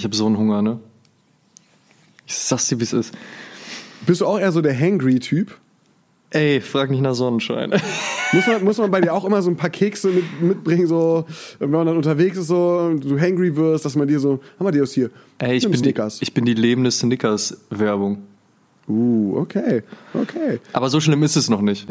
Ich habe so einen Hunger, ne? Ich sag's dir, wie es ist. Bist du auch eher so der Hangry-Typ? Ey, frag nicht nach Sonnenschein. Muss man bei dir auch immer so ein paar Kekse mitbringen, so, wenn man dann unterwegs ist, so, und du hangry wirst, dass man dir so, Amadeus hier, ey, ich bin die lebende Snickers-Werbung. Okay. Aber so schlimm ist es noch nicht.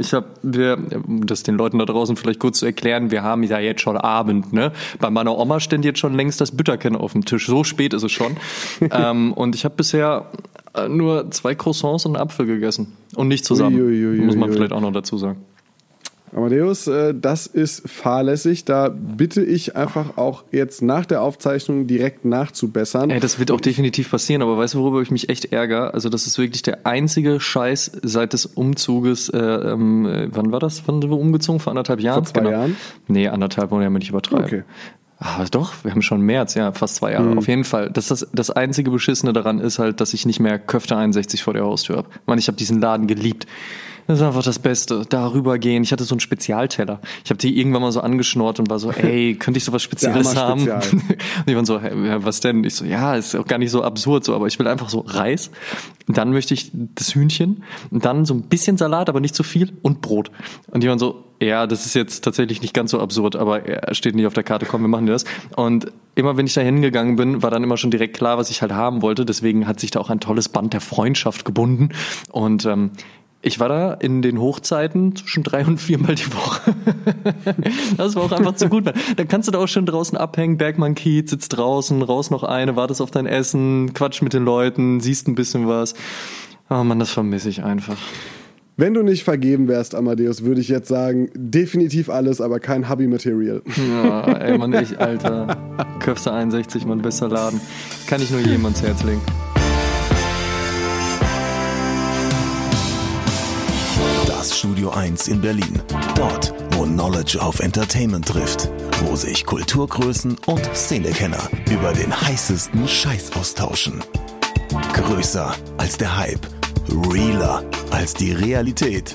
Um das den Leuten da draußen vielleicht kurz zu erklären, wir haben ja jetzt schon Abend, ne? Bei meiner Oma steht jetzt schon längst das Bütterchen auf dem Tisch. So spät ist es schon. Und ich habe bisher nur 2 Croissants und einen Apfel gegessen. Und nicht zusammen. Muss man vielleicht auch noch dazu sagen. Amadeus, das ist fahrlässig. Da bitte ich einfach auch jetzt nach der Aufzeichnung direkt nachzubessern. Ey, das wird auch definitiv passieren, aber weißt du, worüber ich mich echt ärgere? Also das ist wirklich der einzige Scheiß seit des Umzuges, wann war das? Wann sind wir umgezogen? Vor 1,5 Jahren? Vor 2 Jahren? Nee, 1,5 wollen wir ja nicht übertreiben. Okay. Aber doch, wir haben schon März, ja, fast 2 Jahre. Auf jeden Fall. Das einzige Beschissene daran ist halt, dass ich nicht mehr Köfte 61 vor der Haustür habe. Mann, ich habe diesen Laden geliebt. Das ist einfach das Beste. Darüber gehen. Ich hatte so einen Spezialteller. Ich habe die irgendwann mal so angeschnort und war so, ey, könnte ich sowas Spezielles haben? Und die waren so, hey, was denn? Ich so, ja, ist auch gar nicht so absurd so, aber ich will einfach so Reis. Dann möchte ich das Hühnchen und dann so ein bisschen Salat, aber nicht zu viel und Brot. Und die waren so, ja, das ist jetzt tatsächlich nicht ganz so absurd, aber er steht nicht auf der Karte, komm, wir machen das. Und immer wenn ich da hingegangen bin, war dann immer schon direkt klar, was ich halt haben wollte. Deswegen hat sich da auch ein tolles Band der Freundschaft gebunden. Und ich war da in den Hochzeiten zwischen 3 und 4 Mal die Woche. Das war auch einfach zu gut. Dann kannst du da auch schön draußen abhängen, Bergmann-Kiez, sitzt draußen, raus noch eine, wartest auf dein Essen, quatsch mit den Leuten, siehst ein bisschen was. Oh Mann, das vermisse ich einfach. Wenn du nicht vergeben wärst, Amadeus, würde ich jetzt sagen, definitiv alles, aber kein Hobby-Material. Ja, ey, Mann, ich, Alter. Köfte 61, Mann, besser Laden. Kann ich nur jedem ans Herz legen. Das Studio 1 in Berlin. Dort, wo Knowledge auf Entertainment trifft. Wo sich Kulturgrößen und Szenekenner über den heißesten Scheiß austauschen. Größer als der Hype. Realer als die Realität.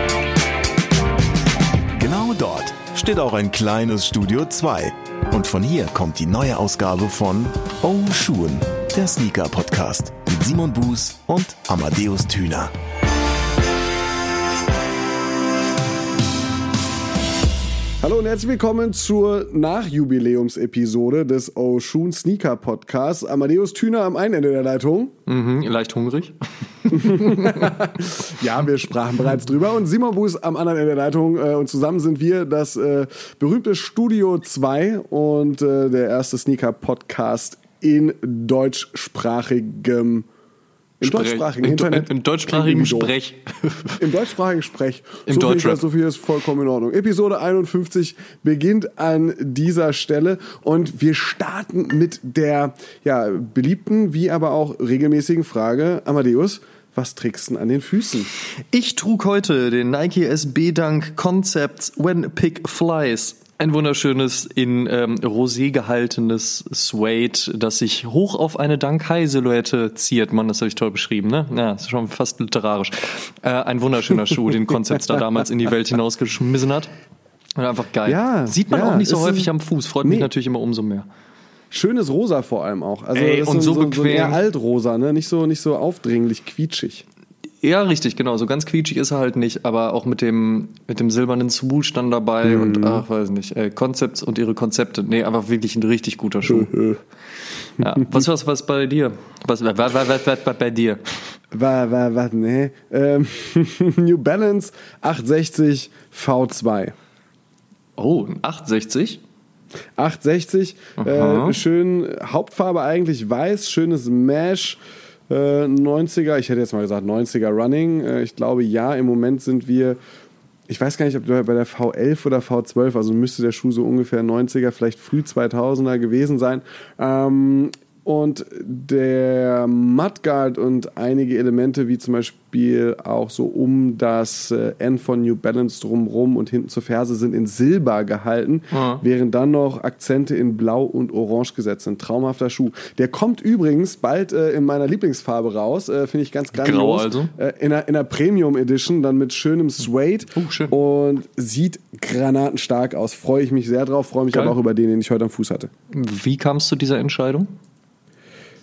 Genau dort steht auch ein kleines Studio 2. Und von hier kommt die neue Ausgabe von Oh Schuhen, der Sneaker-Podcast mit Simon Buß und Amadeus Thüner. Hallo und herzlich willkommen zur Nachjubiläumsepisode des Oshun Sneaker Podcasts. Amadeus Thüner am einen Ende der Leitung. Leicht hungrig. Ja, wir sprachen bereits drüber. Und Simon Buß am anderen Ende der Leitung. Und zusammen sind wir das berühmte Studio 2 und der erste Sneaker Podcast in deutschsprachigem Internet. Im deutschsprachigen Sprech. Im deutschsprachigen Sprech. Im Deutschrap. So viel ist vollkommen in Ordnung. Episode 51 beginnt an dieser Stelle und wir starten mit der beliebten, wie aber auch regelmäßigen Frage, Amadeus, was trägst du denn an den Füßen? Ich trug heute den Nike SB Dunk Concepts When Pig Flies. Ein wunderschönes, in Rosé gehaltenes Suede, das sich hoch auf eine Dunk-High-Silhouette ziert. Mann, das habe ich toll beschrieben, ne? Ja, das ist schon fast literarisch. Ein wunderschöner Schuh, den Concepts da damals in die Welt hinausgeschmissen hat. Und einfach geil. Ja, sieht man auch nicht so häufig am Fuß. Freut mich natürlich immer umso mehr. Schönes Rosa vor allem auch. Also das ist und so bequem. So eher Altrosa, ne? Nicht so aufdringlich, quietschig. Ja, richtig, genau. So ganz quietschig ist er halt nicht, aber auch mit dem silbernen Swoosh dann dabei und weiß nicht, Concepts und ihre Konzepte. Nee, einfach wirklich ein richtig guter Schuh. Ja. Was bei dir? Was bei dir? Was, nee. New Balance 860 V2. Oh, ein 860? 860, schön Hauptfarbe eigentlich weiß, schönes Mesh. 90er, ich hätte jetzt mal gesagt 90er Running. Ich glaube, ja, im Moment sind wir, ich weiß gar nicht, ob bei der V11 oder V12, also müsste der Schuh so ungefähr 90er, vielleicht früh 2000er gewesen sein. Und der Mudguard und einige Elemente, wie zum Beispiel auch so um das N von New Balance drumrum und hinten zur Ferse, sind in Silber gehalten, während dann noch Akzente in Blau und Orange gesetzt sind. Traumhafter Schuh. Der kommt übrigens bald in meiner Lieblingsfarbe raus, finde ich ganz grandios. Grau also? In einer Premium Edition, dann mit schönem Suede schön. Und sieht granatenstark aus. Freue ich mich sehr drauf, freue mich aber auch über den ich heute am Fuß hatte. Wie kamst du zu dieser Entscheidung?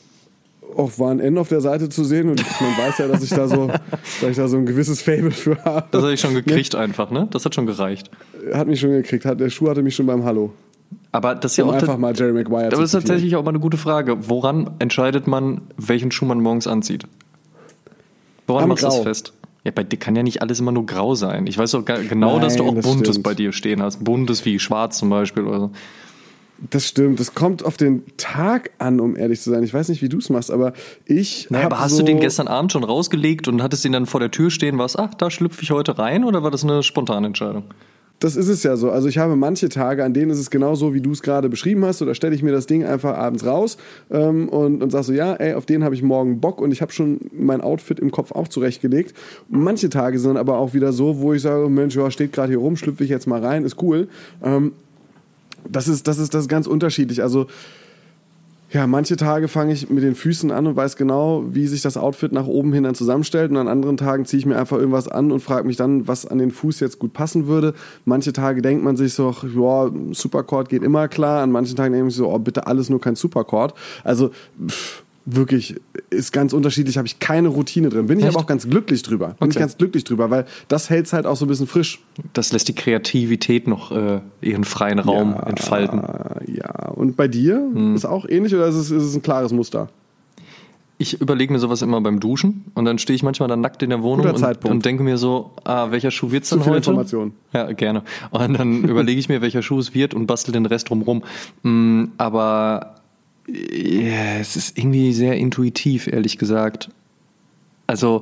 auch war ein N auf der Seite zu sehen und man weiß ja, dass ich da so ein gewisses Faible für habe. Das habe ich schon gekriegt einfach, ne? Das hat schon gereicht. Hat mich schon gekriegt. Der Schuh hatte mich schon beim Hallo. Aber das ist ja auch einfach mal Jerry Maguire. Aber das ist tatsächlich auch mal eine gute Frage. Woran entscheidet man, welchen Schuh man morgens anzieht? Woran machst du das fest? Ja, bei dir kann ja nicht alles immer nur grau sein. Ich weiß doch genau, dass du auch Buntes bei dir stehen hast. Buntes wie schwarz zum Beispiel oder so. Das stimmt. Das kommt auf den Tag an, um ehrlich zu sein. Ich weiß nicht, wie du es machst, aber aber hast du den gestern Abend schon rausgelegt und hattest ihn dann vor der Tür stehen, da schlüpfe ich heute rein, oder war das eine spontane Entscheidung? Das ist es ja so. Also ich habe manche Tage, an denen ist es genau so, wie du es gerade beschrieben hast. Oder stelle ich mir das Ding einfach abends raus und sag so, ja, ey, auf den habe ich morgen Bock. Und ich habe schon mein Outfit im Kopf auch zurechtgelegt. Manche Tage sind aber auch wieder so, wo ich sage, Mensch, ja, steht gerade hier rum, schlüpfe ich jetzt mal rein, ist cool. Das ist ganz unterschiedlich. Also ja, manche Tage fange ich mit den Füßen an und weiß genau, wie sich das Outfit nach oben hin dann zusammenstellt. Und an anderen Tagen ziehe ich mir einfach irgendwas an und frage mich dann, was an den Fuß jetzt gut passen würde. Manche Tage denkt man sich so, ja, Supercord geht immer klar. An manchen Tagen denke ich so, oh, bitte alles nur kein Supercord. Also wirklich, ist ganz unterschiedlich, habe ich keine Routine drin. Bin ich aber auch ganz glücklich drüber. Weil das hält es halt auch so ein bisschen frisch. Das lässt die Kreativität noch ihren freien Raum entfalten. Ja, und bei dir? Ist auch ähnlich oder ist es ein klares Muster? Ich überlege mir sowas immer beim Duschen und dann stehe ich manchmal dann nackt in der Wohnung und denke mir so, welcher Schuh wird's denn heute? Information. Ja, gerne. Und dann überlege ich mir, welcher Schuh es wird und bastel den Rest drumrum. Aber ja, es ist irgendwie sehr intuitiv, ehrlich gesagt. Also,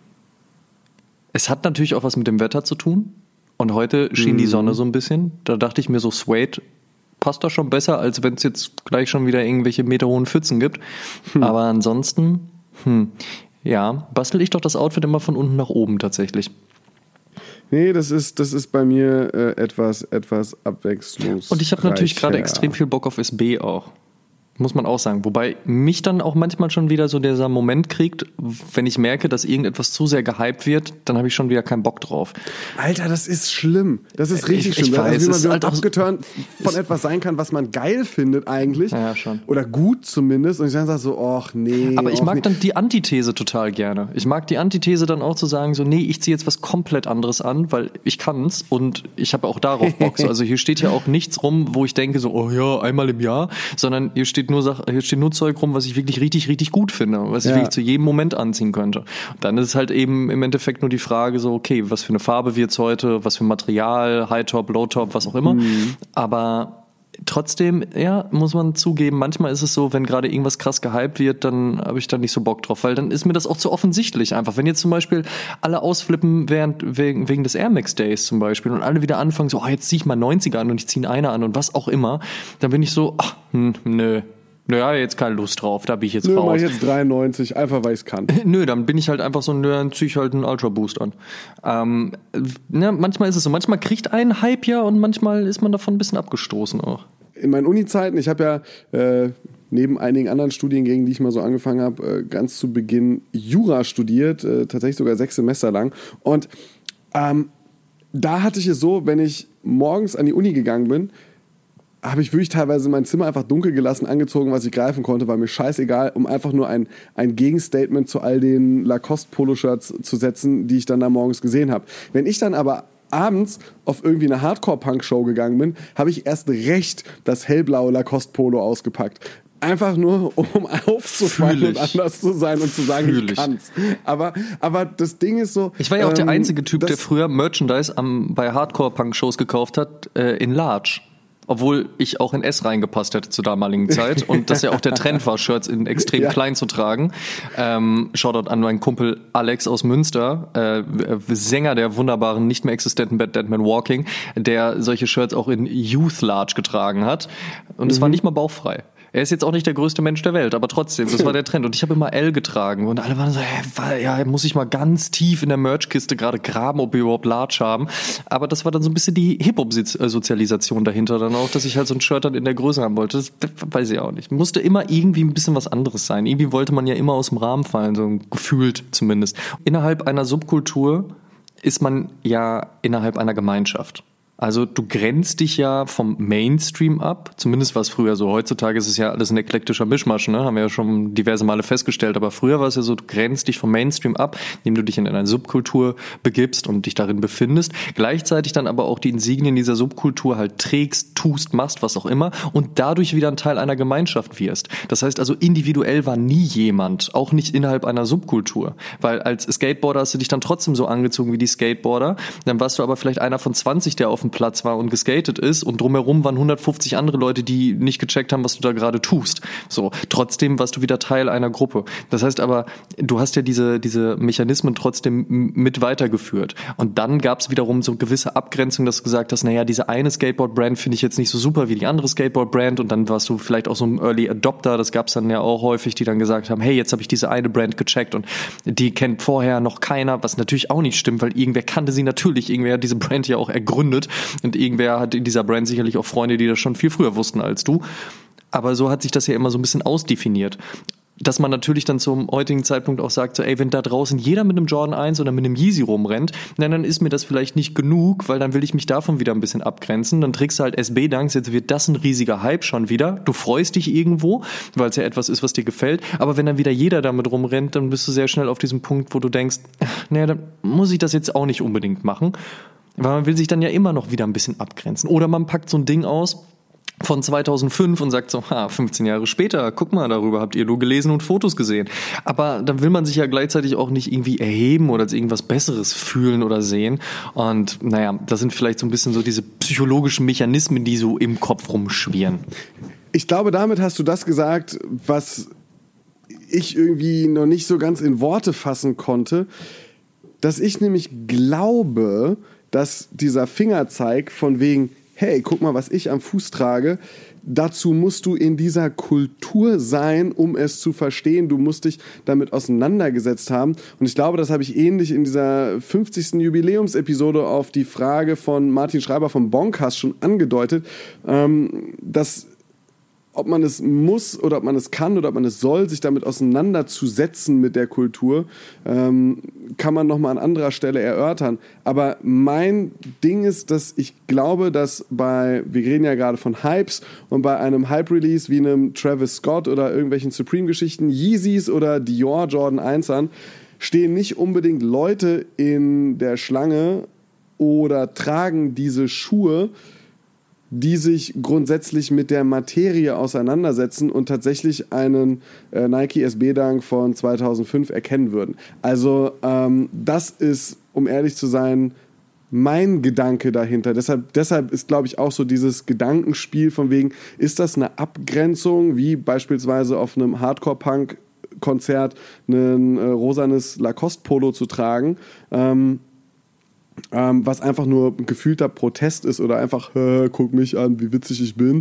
es hat natürlich auch was mit dem Wetter zu tun. Und heute schien die Sonne so ein bisschen. Da dachte ich mir so, Suede passt da schon besser, als wenn es jetzt gleich schon wieder irgendwelche meterhohen Pfützen gibt. Aber ansonsten, bastel ich doch das Outfit immer von unten nach oben tatsächlich. Nee, das ist bei mir etwas abwechslungsreicher. Und ich habe natürlich gerade extrem viel Bock auf SB auch. Muss man auch sagen. Wobei mich dann auch manchmal schon wieder so dieser Moment kriegt, wenn ich merke, dass irgendetwas zu sehr gehypt wird, dann habe ich schon wieder keinen Bock drauf. Alter, das ist schlimm. Das ist richtig schlimm. Ich weiß, also wie man abgeturnt von etwas sein kann, was man geil findet eigentlich. Ja, schon. Oder gut zumindest. Und ich dann sage so, ach nee. Aber ich mag dann die Antithese total gerne. Ich mag die Antithese dann auch zu sagen, so nee, ich ziehe jetzt was komplett anderes an, weil ich kann's und ich habe auch darauf Bock. Also hier steht ja auch nichts rum, wo ich denke so, oh ja, einmal im Jahr, sondern hier steht nur Zeug rum, was ich wirklich richtig, richtig gut finde, was ich wirklich zu jedem Moment anziehen könnte. Und dann ist es halt eben im Endeffekt nur die Frage so, okay, was für eine Farbe wird's heute, was für Material, High-Top, Low-Top, was auch immer. Aber trotzdem, ja, muss man zugeben, manchmal ist es so, wenn gerade irgendwas krass gehypt wird, dann habe ich da nicht so Bock drauf, weil dann ist mir das auch zu offensichtlich einfach. Wenn jetzt zum Beispiel alle ausflippen wegen des Air Max Days zum Beispiel und alle wieder anfangen so, jetzt ziehe ich mal 90er an und ich ziehe einen an und was auch immer, dann bin ich so, nö. Naja, jetzt keine Lust drauf, da bin ich jetzt raus. Mach ich jetzt 93, einfach weil ich es kann. Nö, dann bin ich halt einfach so, dann zieh ich halt einen Ultra Boost an. Manchmal ist es so, manchmal kriegt ein Hype ja und manchmal ist man davon ein bisschen abgestoßen auch. In meinen Uni-Zeiten, ich habe ja neben einigen anderen Studiengängen, die ich mal so angefangen habe, ganz zu Beginn Jura studiert, tatsächlich sogar 6 Semester lang. Und da hatte ich es so, wenn ich morgens an die Uni gegangen bin, habe ich wirklich teilweise mein Zimmer einfach dunkel gelassen, angezogen, was ich greifen konnte, war mir scheißegal, um einfach nur ein Gegenstatement zu all den Lacoste-Poloshirts zu setzen, die ich dann da morgens gesehen habe. Wenn ich dann aber abends auf irgendwie eine Hardcore-Punk-Show gegangen bin, habe ich erst recht das hellblaue Lacoste-Polo ausgepackt. Einfach nur, um aufzufallen und anders zu sein und zu sagen, ich kann's. Aber das Ding ist so... Ich war ja auch der einzige Typ, der früher Merchandise bei Hardcore-Punk-Shows gekauft hat, in Large. Obwohl ich auch in S reingepasst hätte zur damaligen Zeit und das ja auch der Trend war, Shirts in extrem klein zu tragen. Shoutout an meinen Kumpel Alex aus Münster, Sänger der wunderbaren, nicht mehr existenten Bad Dead Man Walking, der solche Shirts auch in Youth Large getragen hat. Und es war nicht mal bauchfrei. Er ist jetzt auch nicht der größte Mensch der Welt, aber trotzdem, das war der Trend. Und ich habe immer L getragen und alle waren so, muss ich mal ganz tief in der Merchkiste gerade graben, ob wir überhaupt Large haben. Aber das war dann so ein bisschen die Hip-Hop-Sozialisation dahinter dann auch, dass ich halt so ein Shirt dann in der Größe haben wollte. Das weiß ich auch nicht. Musste immer irgendwie ein bisschen was anderes sein. Irgendwie wollte man ja immer aus dem Rahmen fallen, so gefühlt zumindest. Innerhalb einer Subkultur ist man ja innerhalb einer Gemeinschaft. Also du grenzt dich ja vom Mainstream ab, zumindest war es früher so. Heutzutage ist es ja alles ein eklektischer Mischmasch, ne? Haben wir ja schon diverse Male festgestellt. Aber früher war es ja so, du grenzt dich vom Mainstream ab, indem du dich in eine Subkultur begibst und dich darin befindest. Gleichzeitig dann aber auch die Insignien dieser Subkultur halt trägst, tust, machst, was auch immer und dadurch wieder ein Teil einer Gemeinschaft wirst. Das heißt also, individuell war nie jemand, auch nicht innerhalb einer Subkultur. Weil als Skateboarder hast du dich dann trotzdem so angezogen wie die Skateboarder. Dann warst du aber vielleicht einer von 20, der auf dem Platz war und geskatet ist und drumherum waren 150 andere Leute, die nicht gecheckt haben, was du da gerade tust. So, trotzdem warst du wieder Teil einer Gruppe. Das heißt aber, du hast ja diese Mechanismen trotzdem mit weitergeführt. Und dann gab es wiederum so gewisse Abgrenzung, dass du gesagt hast, naja, diese eine Skateboard-Brand finde ich jetzt nicht so super wie die andere Skateboard-Brand und dann warst du vielleicht auch so ein Early Adopter, das gab es dann ja auch häufig, die dann gesagt haben, hey, jetzt habe ich diese eine Brand gecheckt und die kennt vorher noch keiner, was natürlich auch nicht stimmt, weil irgendwer kannte sie natürlich, irgendwer hat diese Brand ja auch ergründet. Und irgendwer hat in dieser Brand sicherlich auch Freunde, die das schon viel früher wussten als du. Aber so hat sich das ja immer so ein bisschen ausdefiniert. Dass man natürlich dann zum heutigen Zeitpunkt auch sagt, so, ey, wenn da draußen jeder mit einem Jordan 1 oder mit einem Yeezy rumrennt, dann ist mir das vielleicht nicht genug, weil dann will ich mich davon wieder ein bisschen abgrenzen. Dann trägst du halt SB-Dunks, jetzt wird das ein riesiger Hype schon wieder. Du freust dich irgendwo, weil es ja etwas ist, was dir gefällt. Aber wenn dann wieder jeder damit rumrennt, dann bist du sehr schnell auf diesem Punkt, wo du denkst, naja, dann muss ich das jetzt auch nicht unbedingt machen. Weil man will sich dann ja immer noch wieder ein bisschen abgrenzen. Oder man packt so ein Ding aus von 2005 und sagt so, 15 Jahre später, guck mal, darüber habt ihr nur gelesen und Fotos gesehen. Aber dann will man sich ja gleichzeitig auch nicht irgendwie erheben oder als irgendwas Besseres fühlen oder sehen. Und naja, das sind vielleicht so ein bisschen so diese psychologischen Mechanismen, die so im Kopf rumschwirren. Ich glaube, damit hast du das gesagt, was ich irgendwie noch nicht so ganz in Worte fassen konnte, dass ich nämlich glaube, dass dieser Fingerzeig von wegen, hey, guck mal, was ich am Fuß trage, dazu musst du in dieser Kultur sein, um es zu verstehen. Du musst dich damit auseinandergesetzt haben. Und ich glaube, das habe ich ähnlich in dieser 50. Jubiläumsepisode auf die Frage von Martin Schreiber vom Bonkast schon angedeutet, dass ob man es muss oder ob man es kann oder ob man es soll, sich damit auseinanderzusetzen mit der Kultur, kann man nochmal an anderer Stelle erörtern. Aber mein Ding ist, dass ich glaube, dass wir reden ja gerade von Hypes und bei einem Hype-Release wie einem Travis Scott oder irgendwelchen Supreme-Geschichten, Yeezys oder Dior Jordan 1ern, stehen nicht unbedingt Leute in der Schlange oder tragen diese Schuhe, die sich grundsätzlich mit der Materie auseinandersetzen und tatsächlich einen Nike SB-Dunk von 2005 erkennen würden. Also das ist, um ehrlich zu sein, mein Gedanke dahinter. Deshalb ist, glaube ich, auch so dieses Gedankenspiel von wegen, ist das eine Abgrenzung, wie beispielsweise auf einem Hardcore-Punk-Konzert ein rosanes Lacoste-Polo zu tragen, was einfach nur ein gefühlter Protest ist oder einfach, guck mich an, wie witzig ich bin.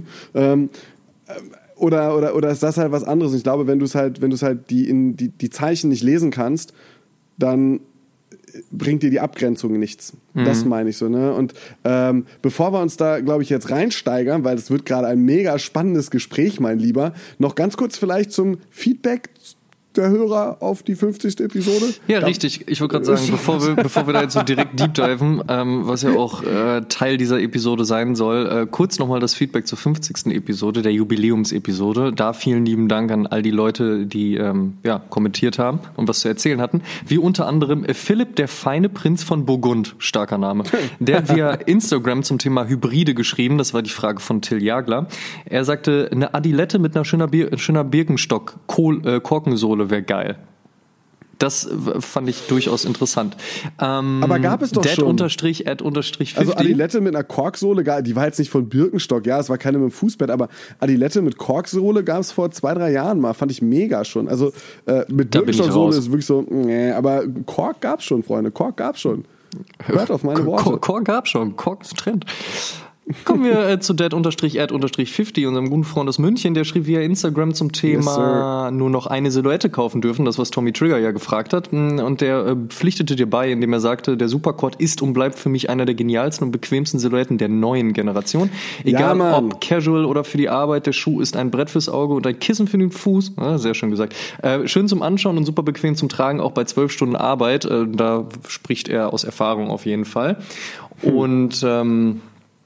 Oder ist das halt was anderes? Und ich glaube, wenn du halt die Zeichen nicht lesen kannst, dann bringt dir die Abgrenzung nichts. Das meine ich so, ne? Und bevor wir uns da, glaube ich, jetzt reinsteigern, weil das wird gerade ein mega spannendes Gespräch, mein Lieber, noch ganz kurz vielleicht zum Feedback der Hörer auf die 50. Episode. Ja, richtig. Ich wollte gerade sagen, bevor wir da jetzt so direkt deep diven, was ja auch Teil dieser Episode sein soll, kurz nochmal das Feedback zur 50. Episode, der Jubiläumsepisode. Da vielen lieben Dank an all die Leute, die kommentiert haben und was zu erzählen hatten. Wie unter anderem Philipp, der feine Prinz von Burgund, starker Name. Der hat via Instagram zum Thema Hybride geschrieben, das war die Frage von Till Jagler. Er sagte, eine Adilette mit einer schöner Birkenstock-Korkensohle wäre geil. Das fand ich durchaus interessant. Aber gab es doch schon. Dead_ad_50. Also Adilette mit einer Korksohle, die war jetzt nicht von Birkenstock, ja, es war keine mit dem Fußbett, aber Adilette mit Korksohle gab es vor 2-3 Jahren mal, fand ich mega schon. Also mit Birkenstock-Sohle ist wirklich so, aber Kork gab's schon, Freunde, Kork gab's schon. Hört auf meine Worte. Kork gab's schon, Kork ist Trend. Kommen wir zu Dead_ad_50, unserem guten Freund aus München, der schrieb via Instagram zum Thema nur noch eine Silhouette kaufen dürfen, das was Tommy Trigger ja gefragt hat, und der pflichtete dir bei, indem er sagte, der Superquad ist und bleibt für mich einer der genialsten und bequemsten Silhouetten der neuen Generation. Egal ob casual oder für die Arbeit, der Schuh ist ein Brett fürs Auge und ein Kissen für den Fuß, sehr schön gesagt. Schön zum Anschauen und super bequem zum Tragen, auch bei 12 Stunden Arbeit, da spricht er aus Erfahrung auf jeden Fall. Und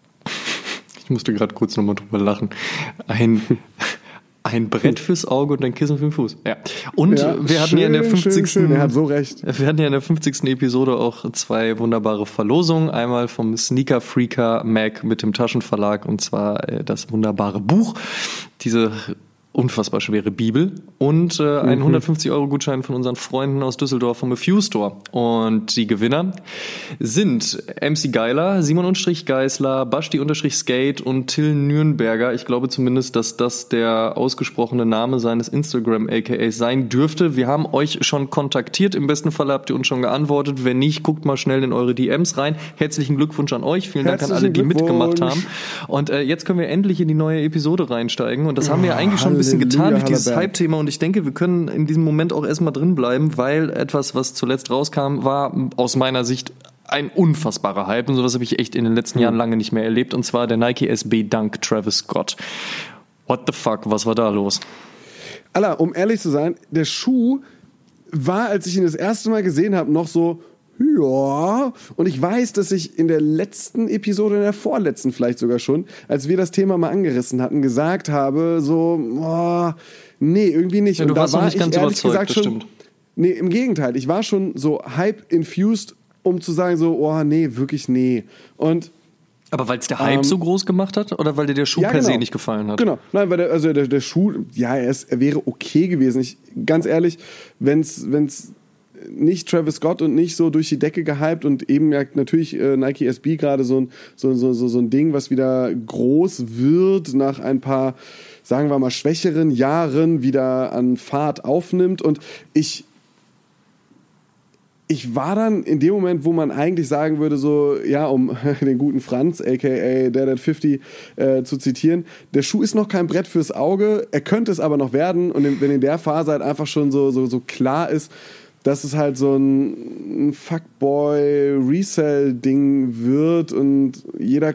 musste gerade kurz nochmal drüber lachen. Ein Brett fürs Auge und ein Kissen für den Fuß. Ja. Und wir hatten ja in der 50. Schön. Er hat so recht. Wir hatten ja in der 50. Episode auch 2 wunderbare Verlosungen. Einmal vom Sneaker Freaker Mac mit dem Taschenverlag, und zwar das wunderbare Buch. Diese unfassbar schwere Bibel und einen 150-Euro-Gutschein von unseren Freunden aus Düsseldorf vom A Few Store. Und die Gewinner sind MC Geiler, Simon-Geisler, Basti-Skate und Till Nürnberger. Ich glaube zumindest, dass das der ausgesprochene Name seines Instagram-AKAs sein dürfte. Wir haben euch schon kontaktiert. Im besten Fall habt ihr uns schon geantwortet. Wenn nicht, guckt mal schnell in eure DMs rein. Herzlichen Glückwunsch an euch. Vielen Dank an alle, die mitgemacht haben. Und jetzt können wir endlich in die neue Episode reinsteigen. Und das haben wir eigentlich schon ein bisschen getan durch dieses Hype-Thema, und ich denke, wir können in diesem Moment auch erstmal drin bleiben, weil etwas, was zuletzt rauskam, war aus meiner Sicht ein unfassbarer Hype, und sowas habe ich echt in den letzten Jahren lange nicht mehr erlebt, und zwar der Nike SB Dunk Travis Scott. What the fuck, was war da los? Alter, um ehrlich zu sein, der Schuh war, als ich ihn das erste Mal gesehen habe, noch so, ja, und ich weiß, dass ich in der letzten Episode, in der vorletzten vielleicht sogar schon, als wir das Thema mal angerissen hatten, gesagt habe, so, nee, irgendwie nicht. Ja, du warst noch nicht ganz überzeugt, das stimmt. Nee, im Gegenteil, ich war schon so hype-infused, um zu sagen so, nee, wirklich nee. Aber weil es der Hype so groß gemacht hat, oder weil dir der Schuh per se nicht gefallen hat? Genau, nein, weil der Schuh, ja, er wäre okay gewesen. Ganz ehrlich, wenn's nicht Travis Scott und nicht so durch die Decke gehypt und eben ja natürlich Nike SB gerade so ein Ding, was wieder groß wird, nach ein paar, sagen wir mal, schwächeren Jahren wieder an Fahrt aufnimmt, und ich war dann in dem Moment, wo man eigentlich sagen würde, so, ja, um den guten Franz, aka Dead 50, zu zitieren, der Schuh ist noch kein Brett fürs Auge, er könnte es aber noch werden, und wenn in der Phase halt einfach schon so klar ist, dass es halt so ein Fuckboy-Resell-Ding wird und jeder,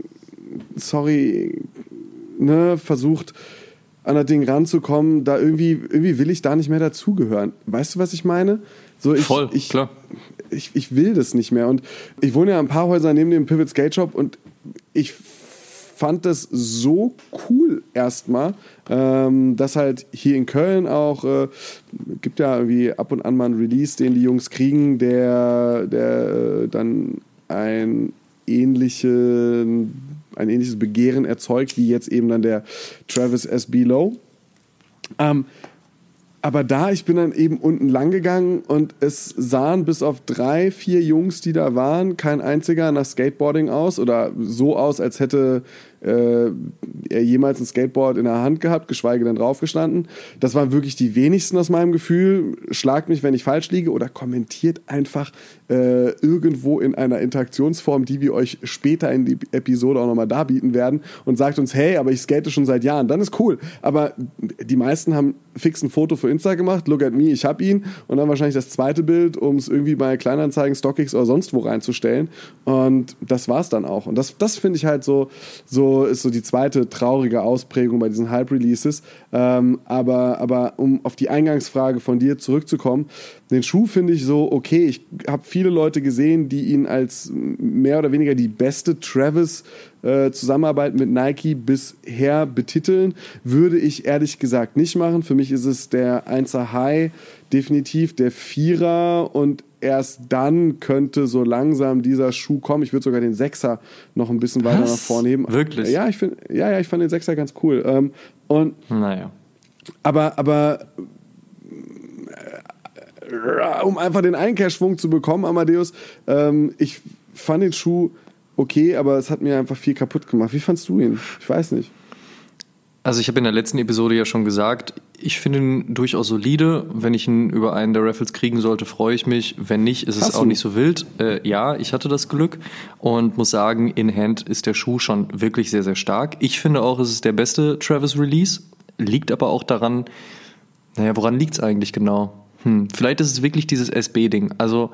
versucht, an das Ding ranzukommen, da irgendwie will ich da nicht mehr dazugehören. Weißt du, was ich meine? So, Voll, klar. Ich will das nicht mehr. Und ich wohne ja ein paar Häuser neben dem Pivot Skate Shop, und ich fand das so cool erstmal, dass halt hier in Köln auch, gibt ja irgendwie ab und an mal einen Release, den die Jungs kriegen, der dann ein ähnliches Begehren erzeugt, wie jetzt eben dann der Travis SB Low. Aber ich bin dann eben unten lang gegangen, und es sahen bis auf 3, 4 Jungs, die da waren, kein einziger nach Skateboarding aus oder so aus, als hätte er jemals ein Skateboard in der Hand gehabt, geschweige denn draufgestanden. Das waren wirklich die wenigsten aus meinem Gefühl. Schlagt mich, wenn ich falsch liege, oder kommentiert einfach irgendwo in einer Interaktionsform, die wir euch später in die Episode auch nochmal darbieten werden, und sagt uns, hey, aber ich skate schon seit Jahren. Dann ist cool. Aber die meisten haben fix ein Foto für Insta gemacht, look at me, ich hab ihn, und dann wahrscheinlich das zweite Bild, um es irgendwie bei Kleinanzeigen, StockX oder sonst wo reinzustellen, und das war's dann auch. Und das finde ich halt so ist so die zweite traurige Ausprägung bei diesen Hype-Releases. Aber um auf die Eingangsfrage von dir zurückzukommen, den Schuh finde ich so okay. Ich habe viele Leute gesehen, die ihn als mehr oder weniger die beste Travis-Zusammenarbeit mit Nike bisher betiteln. Würde ich ehrlich gesagt nicht machen. Für mich ist es der 1er High, definitiv der 4er, und erst dann könnte so langsam dieser Schuh kommen. Ich würde sogar den 6er noch ein bisschen weiter nach vorne heben. Wirklich? Ja, ich fand den 6er ganz cool. Naja. Aber um einfach den Einkehrschwung zu bekommen, Amadeus, ich fand den Schuh okay, aber es hat mir einfach viel kaputt gemacht. Wie fandst du ihn? Ich weiß nicht. Also ich habe in der letzten Episode ja schon gesagt, ich finde ihn durchaus solide. Wenn ich ihn über einen der Raffles kriegen sollte, freue ich mich. Wenn nicht, ist es auch nicht so wild. Ja, ich hatte das Glück und muss sagen, in Hand ist der Schuh schon wirklich sehr, sehr stark. Ich finde auch, es ist der beste Travis-Release. Liegt aber auch daran, woran liegt es eigentlich genau? Vielleicht ist es wirklich dieses SB-Ding. Also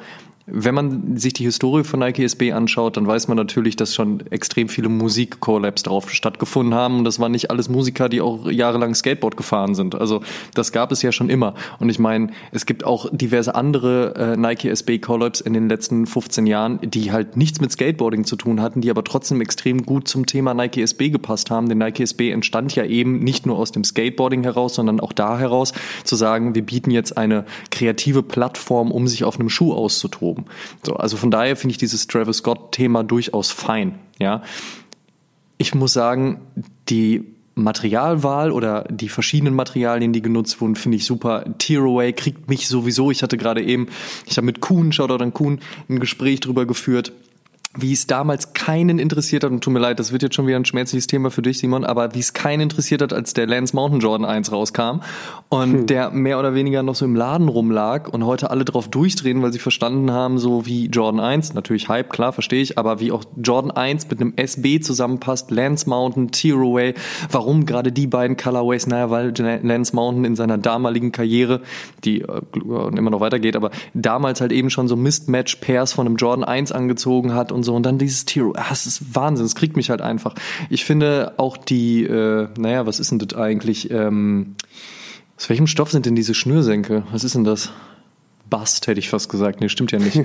wenn man sich die Historie von Nike SB anschaut, dann weiß man natürlich, dass schon extrem viele Musik-Collabs drauf stattgefunden haben. Und das waren nicht alles Musiker, die auch jahrelang Skateboard gefahren sind. Also das gab es ja schon immer. Und ich meine, es gibt auch diverse andere Nike SB-Collabs in den letzten 15 Jahren, die halt nichts mit Skateboarding zu tun hatten, die aber trotzdem extrem gut zum Thema Nike SB gepasst haben. Denn Nike SB entstand ja eben nicht nur aus dem Skateboarding heraus, sondern auch da heraus zu sagen, wir bieten jetzt eine kreative Plattform, um sich auf einem Schuh auszutoben. So, also von daher finde ich dieses Travis Scott-Thema durchaus fein. Ja, ich muss sagen, die Materialwahl oder die verschiedenen Materialien, die genutzt wurden, finde ich super. Tearaway kriegt mich sowieso. Ich habe mit Kuhn, Shoutout an Kuhn, ein Gespräch drüber geführt, wie es damals keinen interessiert hat, und tut mir leid, das wird jetzt schon wieder ein schmerzliches Thema für dich, Simon, aber wie es keinen interessiert hat, als der Lance Mountain Jordan 1 rauskam und der mehr oder weniger noch so im Laden rumlag und heute alle drauf durchdrehen, weil sie verstanden haben, so wie Jordan 1, natürlich Hype, klar, verstehe ich, aber wie auch Jordan 1 mit einem SB zusammenpasst, Lance Mountain, Tearaway, warum gerade die beiden Colorways? Naja, weil Lance Mountain in seiner damaligen Karriere, die immer noch weitergeht, aber damals halt eben schon so Mismatch-Pairs von einem Jordan 1 angezogen hat und so, und dann dieses Tiro, das ist Wahnsinn, das kriegt mich halt einfach. Ich finde auch die, was ist denn das eigentlich, aus welchem Stoff sind denn diese Schnürsenkel? Was ist denn das? Bast, hätte ich fast gesagt. Nee, stimmt ja nicht.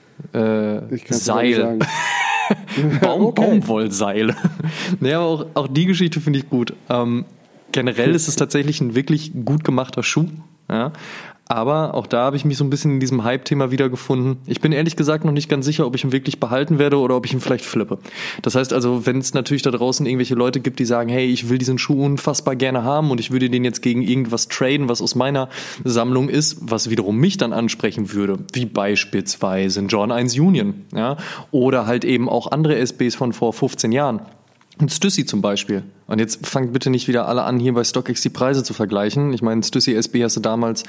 Seil. Baumwollseile. Naja, aber auch die Geschichte finde ich gut. Generell ist es tatsächlich ein wirklich gut gemachter Schuh. Ja. Aber auch da habe ich mich so ein bisschen in diesem Hype-Thema wiedergefunden. Ich bin ehrlich gesagt noch nicht ganz sicher, ob ich ihn wirklich behalten werde oder ob ich ihn vielleicht flippe. Das heißt also, wenn es natürlich da draußen irgendwelche Leute gibt, die sagen, hey, ich will diesen Schuh unfassbar gerne haben und ich würde den jetzt gegen irgendwas traden, was aus meiner Sammlung ist, was wiederum mich dann ansprechen würde, wie beispielsweise ein Jordan 1 Union, ja, oder halt eben auch andere SBs von vor 15 Jahren. Und Stussy zum Beispiel. Und jetzt fangt bitte nicht wieder alle an, hier bei StockX die Preise zu vergleichen. Ich meine, Stussy SB hast du damals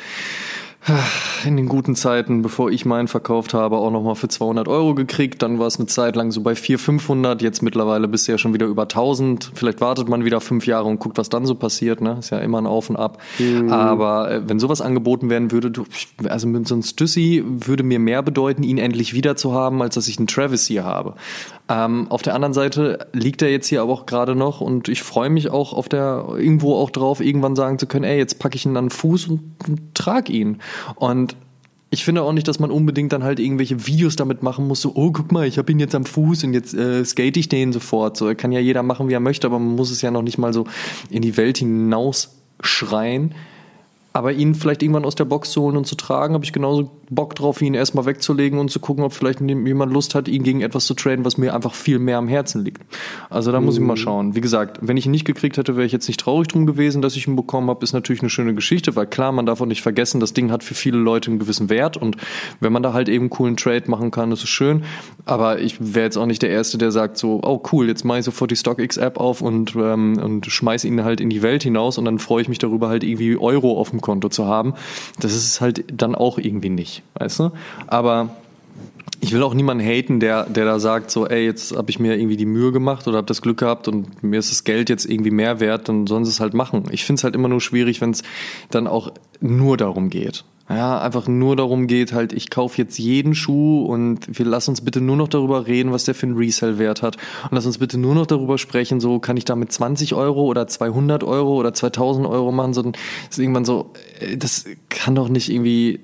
in den guten Zeiten, bevor ich meinen verkauft habe, auch nochmal für 200 € gekriegt. Dann war es eine Zeit lang so bei 400, 500. Jetzt mittlerweile bist du ja schon wieder über 1000. Vielleicht wartet man wieder 5 Jahre und guckt, was dann so passiert. Ne? Ist ja immer ein Auf und Ab. Aber wenn sowas angeboten werden würde, also mit so einem Stussy würde mir mehr bedeuten, ihn endlich wieder zu haben, als dass ich einen Travis hier habe. Auf der anderen Seite liegt er jetzt hier aber auch gerade noch und ich freue mich auch irgendwo auch drauf, irgendwann sagen zu können, ey, jetzt packe ich ihn an den Fuß und trage ihn. Und ich finde auch nicht, dass man unbedingt dann halt irgendwelche Videos damit machen muss, so, oh, guck mal, ich habe ihn jetzt am Fuß und jetzt skate ich den sofort. So, kann ja jeder machen, wie er möchte, aber man muss es ja noch nicht mal so in die Welt hinaus schreien. Aber ihn vielleicht irgendwann aus der Box zu holen und zu tragen, habe ich genauso Bock drauf, ihn erstmal wegzulegen und zu gucken, ob vielleicht jemand Lust hat, ihn gegen etwas zu traden, was mir einfach viel mehr am Herzen liegt. Also da muss ich mal schauen. Wie gesagt, wenn ich ihn nicht gekriegt hätte, wäre ich jetzt nicht traurig drum gewesen, dass ich ihn bekommen habe. Ist natürlich eine schöne Geschichte, weil klar, man darf auch nicht vergessen, das Ding hat für viele Leute einen gewissen Wert und wenn man da halt eben einen coolen Trade machen kann, ist es schön. Aber ich wäre jetzt auch nicht der Erste, der sagt so, oh cool, jetzt mache ich sofort die StockX-App auf und schmeiß ihn halt in die Welt hinaus und dann freue ich mich darüber, halt irgendwie Euro auf dem Konto zu haben. Das ist halt dann auch irgendwie nicht, weißt du? Aber ich will auch niemanden haten, der da sagt so, ey, jetzt habe ich mir irgendwie die Mühe gemacht oder habe das Glück gehabt und mir ist das Geld jetzt irgendwie mehr wert, dann sollen sie es halt machen. Ich finde es halt immer nur schwierig, wenn es dann auch nur darum geht. Ja, einfach nur darum geht, halt, ich kaufe jetzt jeden Schuh und wir lassen uns bitte nur noch darüber reden, was der für einen Resell-Wert hat. Und lass uns bitte nur noch darüber sprechen, so, kann ich da mit 20 € oder 200 € oder 2000 € machen? So, das ist irgendwann so, das kann doch nicht irgendwie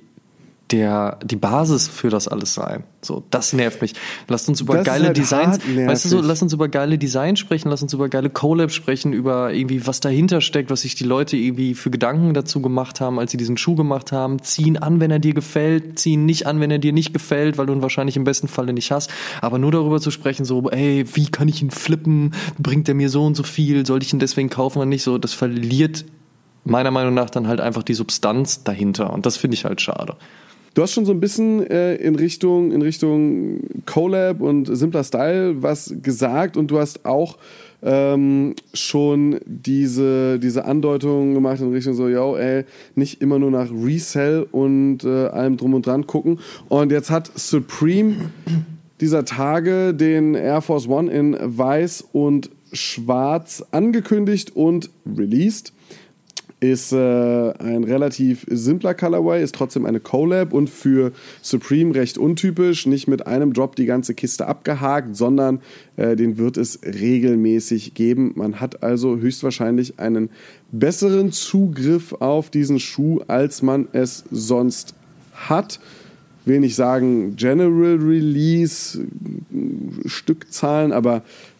die Basis für das alles sein. So, das nervt mich. Lasst uns über geile Designs, weißt du so, lass uns über geile Designs sprechen, lass uns über geile Collabs sprechen, über irgendwie, was dahinter steckt, was sich die Leute irgendwie für Gedanken dazu gemacht haben, als sie diesen Schuh gemacht haben. Zieh ihn an, wenn er dir gefällt, zieh ihn nicht an, wenn er dir nicht gefällt, weil du ihn wahrscheinlich im besten Falle nicht hast. Aber nur darüber zu sprechen, so, ey, wie kann ich ihn flippen? Bringt er mir so und so viel? Soll ich ihn deswegen kaufen oder nicht? So, das verliert meiner Meinung nach dann halt einfach die Substanz dahinter. Und das finde ich halt schade. Du hast schon so ein bisschen in Richtung Collab und simpler Style was gesagt und du hast auch schon diese Andeutung gemacht in Richtung so, yo, ey, nicht immer nur nach Resell und allem drum und dran gucken. Und jetzt hat Supreme dieser Tage den Air Force One in weiß und schwarz angekündigt und released. Ist ein relativ simpler Colorway, ist trotzdem eine Collab und für Supreme recht untypisch. Nicht mit einem Drop die ganze Kiste abgehakt, sondern den wird es regelmäßig geben. Man hat also höchstwahrscheinlich einen besseren Zugriff auf diesen Schuh, als man es sonst hat. Will nicht sagen General Release Stückzahlen, aber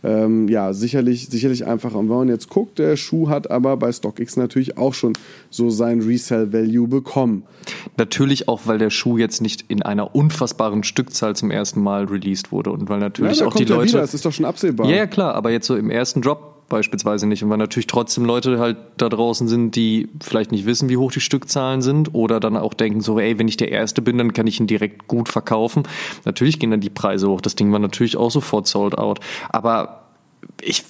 sicherlich einfach. Und wenn man jetzt guckt, der Schuh hat aber bei StockX natürlich auch schon so sein Resale-Value bekommen. Natürlich auch, weil der Schuh jetzt nicht in einer unfassbaren Stückzahl zum ersten Mal released wurde und weil natürlich auch die Leute... Das ist doch schon absehbar. Ja, klar, aber jetzt so im ersten Drop beispielsweise nicht. Und weil natürlich trotzdem Leute halt da draußen sind, die vielleicht nicht wissen, wie hoch die Stückzahlen sind oder dann auch denken so, ey, wenn ich der Erste bin, dann kann ich ihn direkt gut verkaufen. Natürlich gehen dann die Preise hoch. Das Ding war natürlich auch sofort sold out. Aber ich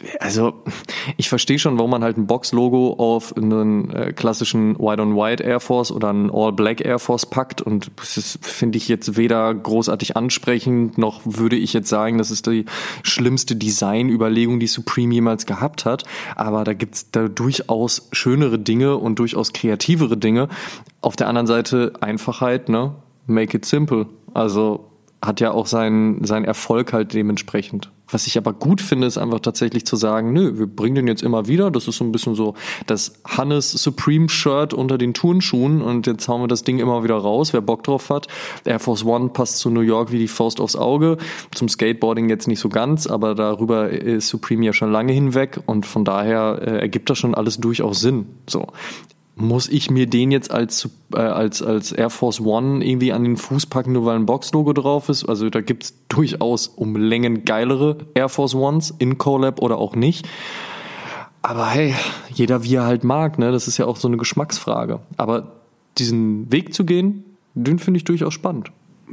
verstehe schon, warum man halt ein Box-Logo auf einen klassischen White-on-White Air Force oder einen All-Black Air Force packt und das finde ich jetzt weder großartig ansprechend, noch würde ich jetzt sagen, das ist die schlimmste Designüberlegung, die Supreme jemals gehabt hat, aber da gibt's da durchaus schönere Dinge und durchaus kreativere Dinge. Auf der anderen Seite Einfachheit, ne? Make it simple. Also hat ja auch seinen Erfolg halt dementsprechend. Was ich aber gut finde, ist einfach tatsächlich zu sagen, nö, wir bringen den jetzt immer wieder. Das ist so ein bisschen so das Hannes Supreme Shirt unter den Turnschuhen und jetzt hauen wir das Ding immer wieder raus, wer Bock drauf hat. Air Force One passt zu New York wie die Faust aufs Auge. Zum Skateboarding jetzt nicht so ganz, aber darüber ist Supreme ja schon lange hinweg und von daher ergibt das schon alles durchaus Sinn. So. Muss ich mir den jetzt als Air Force One irgendwie an den Fuß packen, nur weil ein Box-Logo drauf ist? Also da gibt's durchaus um Längen geilere Air Force Ones in Collab oder auch nicht. Aber hey, jeder wie er halt mag, ne? Das ist ja auch so eine Geschmacksfrage. Aber diesen Weg zu gehen, den finde ich durchaus spannend.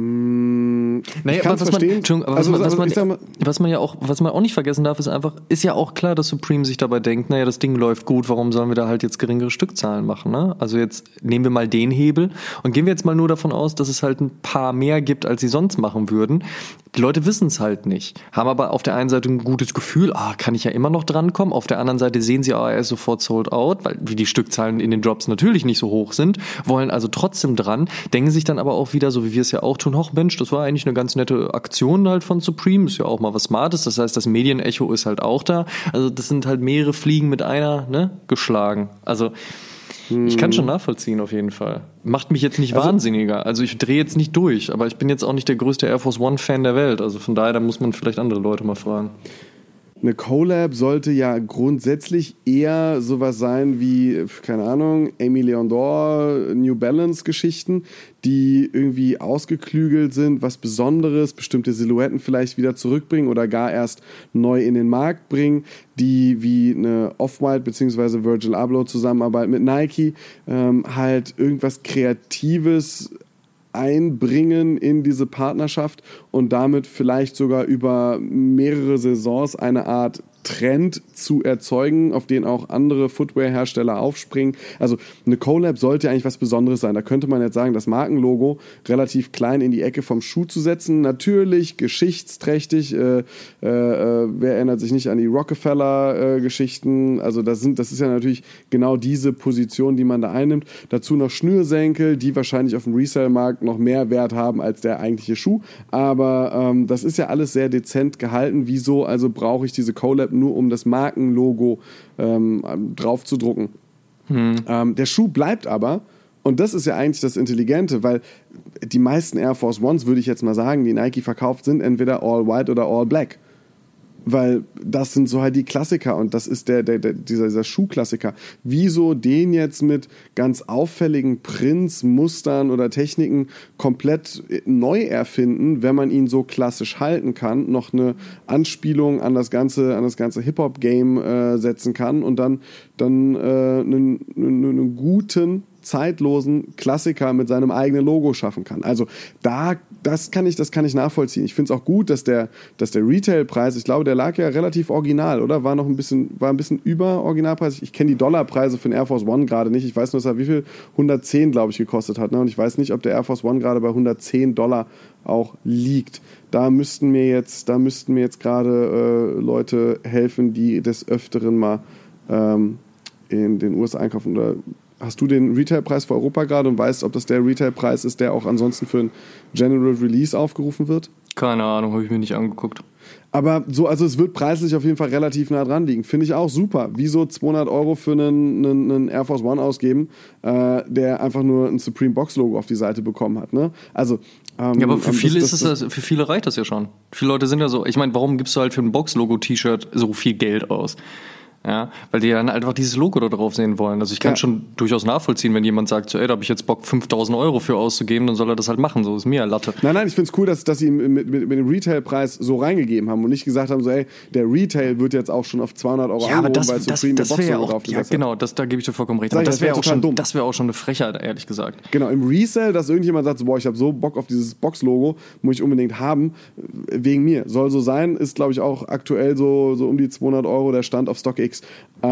Ich kann es verstehen. Was man auch nicht vergessen darf, ist ja auch klar, dass Supreme sich dabei denkt, naja, das Ding läuft gut, warum sollen wir da halt jetzt geringere Stückzahlen machen, ne? Also jetzt nehmen wir mal den Hebel und gehen wir jetzt mal nur davon aus, dass es halt ein paar mehr gibt, als sie sonst machen würden. Die Leute wissen es halt nicht, haben aber auf der einen Seite ein gutes Gefühl, kann ich ja immer noch drankommen, auf der anderen Seite sehen sie, er ist sofort sold out, weil die Stückzahlen in den Drops natürlich nicht so hoch sind, wollen also trotzdem dran, denken sich dann aber auch wieder, so wie wir es ja auch tun, Mensch, das war eigentlich eine ganz nette Aktion halt von Supreme, ist ja auch mal was Smartes, das heißt, das Medienecho ist halt auch da, also das sind halt mehrere Fliegen mit einer, ne, geschlagen, also ich kann schon nachvollziehen auf jeden Fall. Macht mich jetzt nicht wahnsinniger, also ich drehe jetzt nicht durch, aber ich bin jetzt auch nicht der größte Air Force One Fan der Welt, also von daher, da muss man vielleicht andere Leute mal fragen. Eine Collab sollte ja grundsätzlich eher sowas sein wie, keine Ahnung, Aimé Leon Dore, New Balance Geschichten, die irgendwie ausgeklügelt sind, was Besonderes, bestimmte Silhouetten vielleicht wieder zurückbringen oder gar erst neu in den Markt bringen, die wie eine Off-White bzw. Virgil Abloh Zusammenarbeit mit Nike halt irgendwas Kreatives einbringen in diese Partnerschaft und damit vielleicht sogar über mehrere Saisons eine Art Trend zu erzeugen, auf den auch andere Footwear-Hersteller aufspringen. Also eine Collab sollte eigentlich was Besonderes sein. Da könnte man jetzt sagen, das Markenlogo relativ klein in die Ecke vom Schuh zu setzen. Natürlich geschichtsträchtig. Wer erinnert sich nicht an die Rockefeller-Geschichten? Also das ist ja natürlich genau diese Position, die man da einnimmt. Dazu noch Schnürsenkel, die wahrscheinlich auf dem Resale-Markt noch mehr Wert haben als der eigentliche Schuh. Aber das ist ja alles sehr dezent gehalten. Wieso also brauche ich diese Collab nur um das Markenlogo drauf zu drucken. Der Schuh bleibt aber, und das ist ja eigentlich das Intelligente, weil die meisten Air Force Ones, würde ich jetzt mal sagen, die Nike verkauft, sind entweder All White oder All Black. Weil das sind so halt die Klassiker und das ist dieser Schuhklassiker. Wieso den jetzt mit ganz auffälligen Prints, Mustern oder Techniken komplett neu erfinden, wenn man ihn so klassisch halten kann, noch eine Anspielung an das ganze Hip-Hop-Game setzen kann und dann einen guten, zeitlosen Klassiker mit seinem eigenen Logo schaffen kann. Also das kann ich nachvollziehen. Ich finde es auch gut, dass der Retailpreis, ich glaube, der lag ja relativ original, oder? War ein bisschen über Originalpreis. Ich kenne die Dollarpreise für den Air Force One gerade nicht. Ich weiß nur, dass er wie viel? 110, glaube ich, gekostet hat. Ne? Und ich weiß nicht, ob der Air Force One gerade bei $110 auch liegt. Da müssten mir jetzt gerade Leute helfen, die des Öfteren mal in den USA einkaufen? Oder hast du den Retailpreis für Europa gerade und weißt, ob das der Retailpreis ist, der auch ansonsten für ein General Release aufgerufen wird? Keine Ahnung, habe ich mir nicht angeguckt. Aber so, also es wird preislich auf jeden Fall relativ nah dran liegen. Finde ich auch super. Wieso 200 € für einen Air Force One ausgeben, der einfach nur ein Supreme Box Logo auf die Seite bekommen hat, ne? Also ja, aber für viele für viele reicht das ja schon. Viele Leute sind ja so, ich meine, warum gibst du halt für ein Box-Logo-T-Shirt so viel Geld aus? Ja, weil die dann einfach dieses Logo da drauf sehen wollen. Also ich kann schon durchaus nachvollziehen, wenn jemand sagt, so, ey, da habe ich jetzt Bock 5.000 € für auszugeben, dann soll er das halt machen, so ist mir ja Latte. Nein, ich finde es cool, dass sie mit dem Retailpreis so reingegeben haben und nicht gesagt haben, so, ey, der Retail wird jetzt auch schon auf 200 € angehoben, weil Supreme der Box Logo drauf gesetzt hat. Genau, da gebe ich dir vollkommen recht. Aber das wäre auch schon eine Frechheit, ehrlich gesagt. Genau, im Resell, dass irgendjemand sagt, so, boah, ich habe so Bock auf dieses Box-Logo, muss ich unbedingt haben, wegen mir. Soll so sein, ist, glaube ich, auch aktuell so um die 200 € der Stand auf StockX.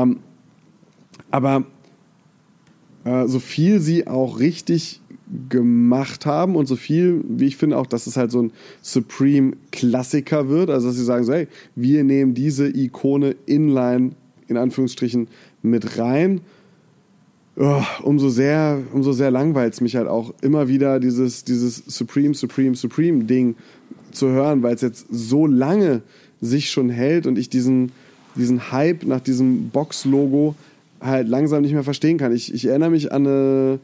Aber so viel sie auch richtig gemacht haben und so viel, wie ich finde auch, dass es halt so ein Supreme-Klassiker wird, also dass sie sagen so, hey, wir nehmen diese Ikone inline, in Anführungsstrichen, mit rein. Umso sehr langweilt es mich halt auch immer wieder dieses Supreme-Ding zu hören, weil es jetzt so lange sich schon hält und ich diesen Hype nach diesem Box-Logo halt langsam nicht mehr verstehen kann. Ich erinnere mich an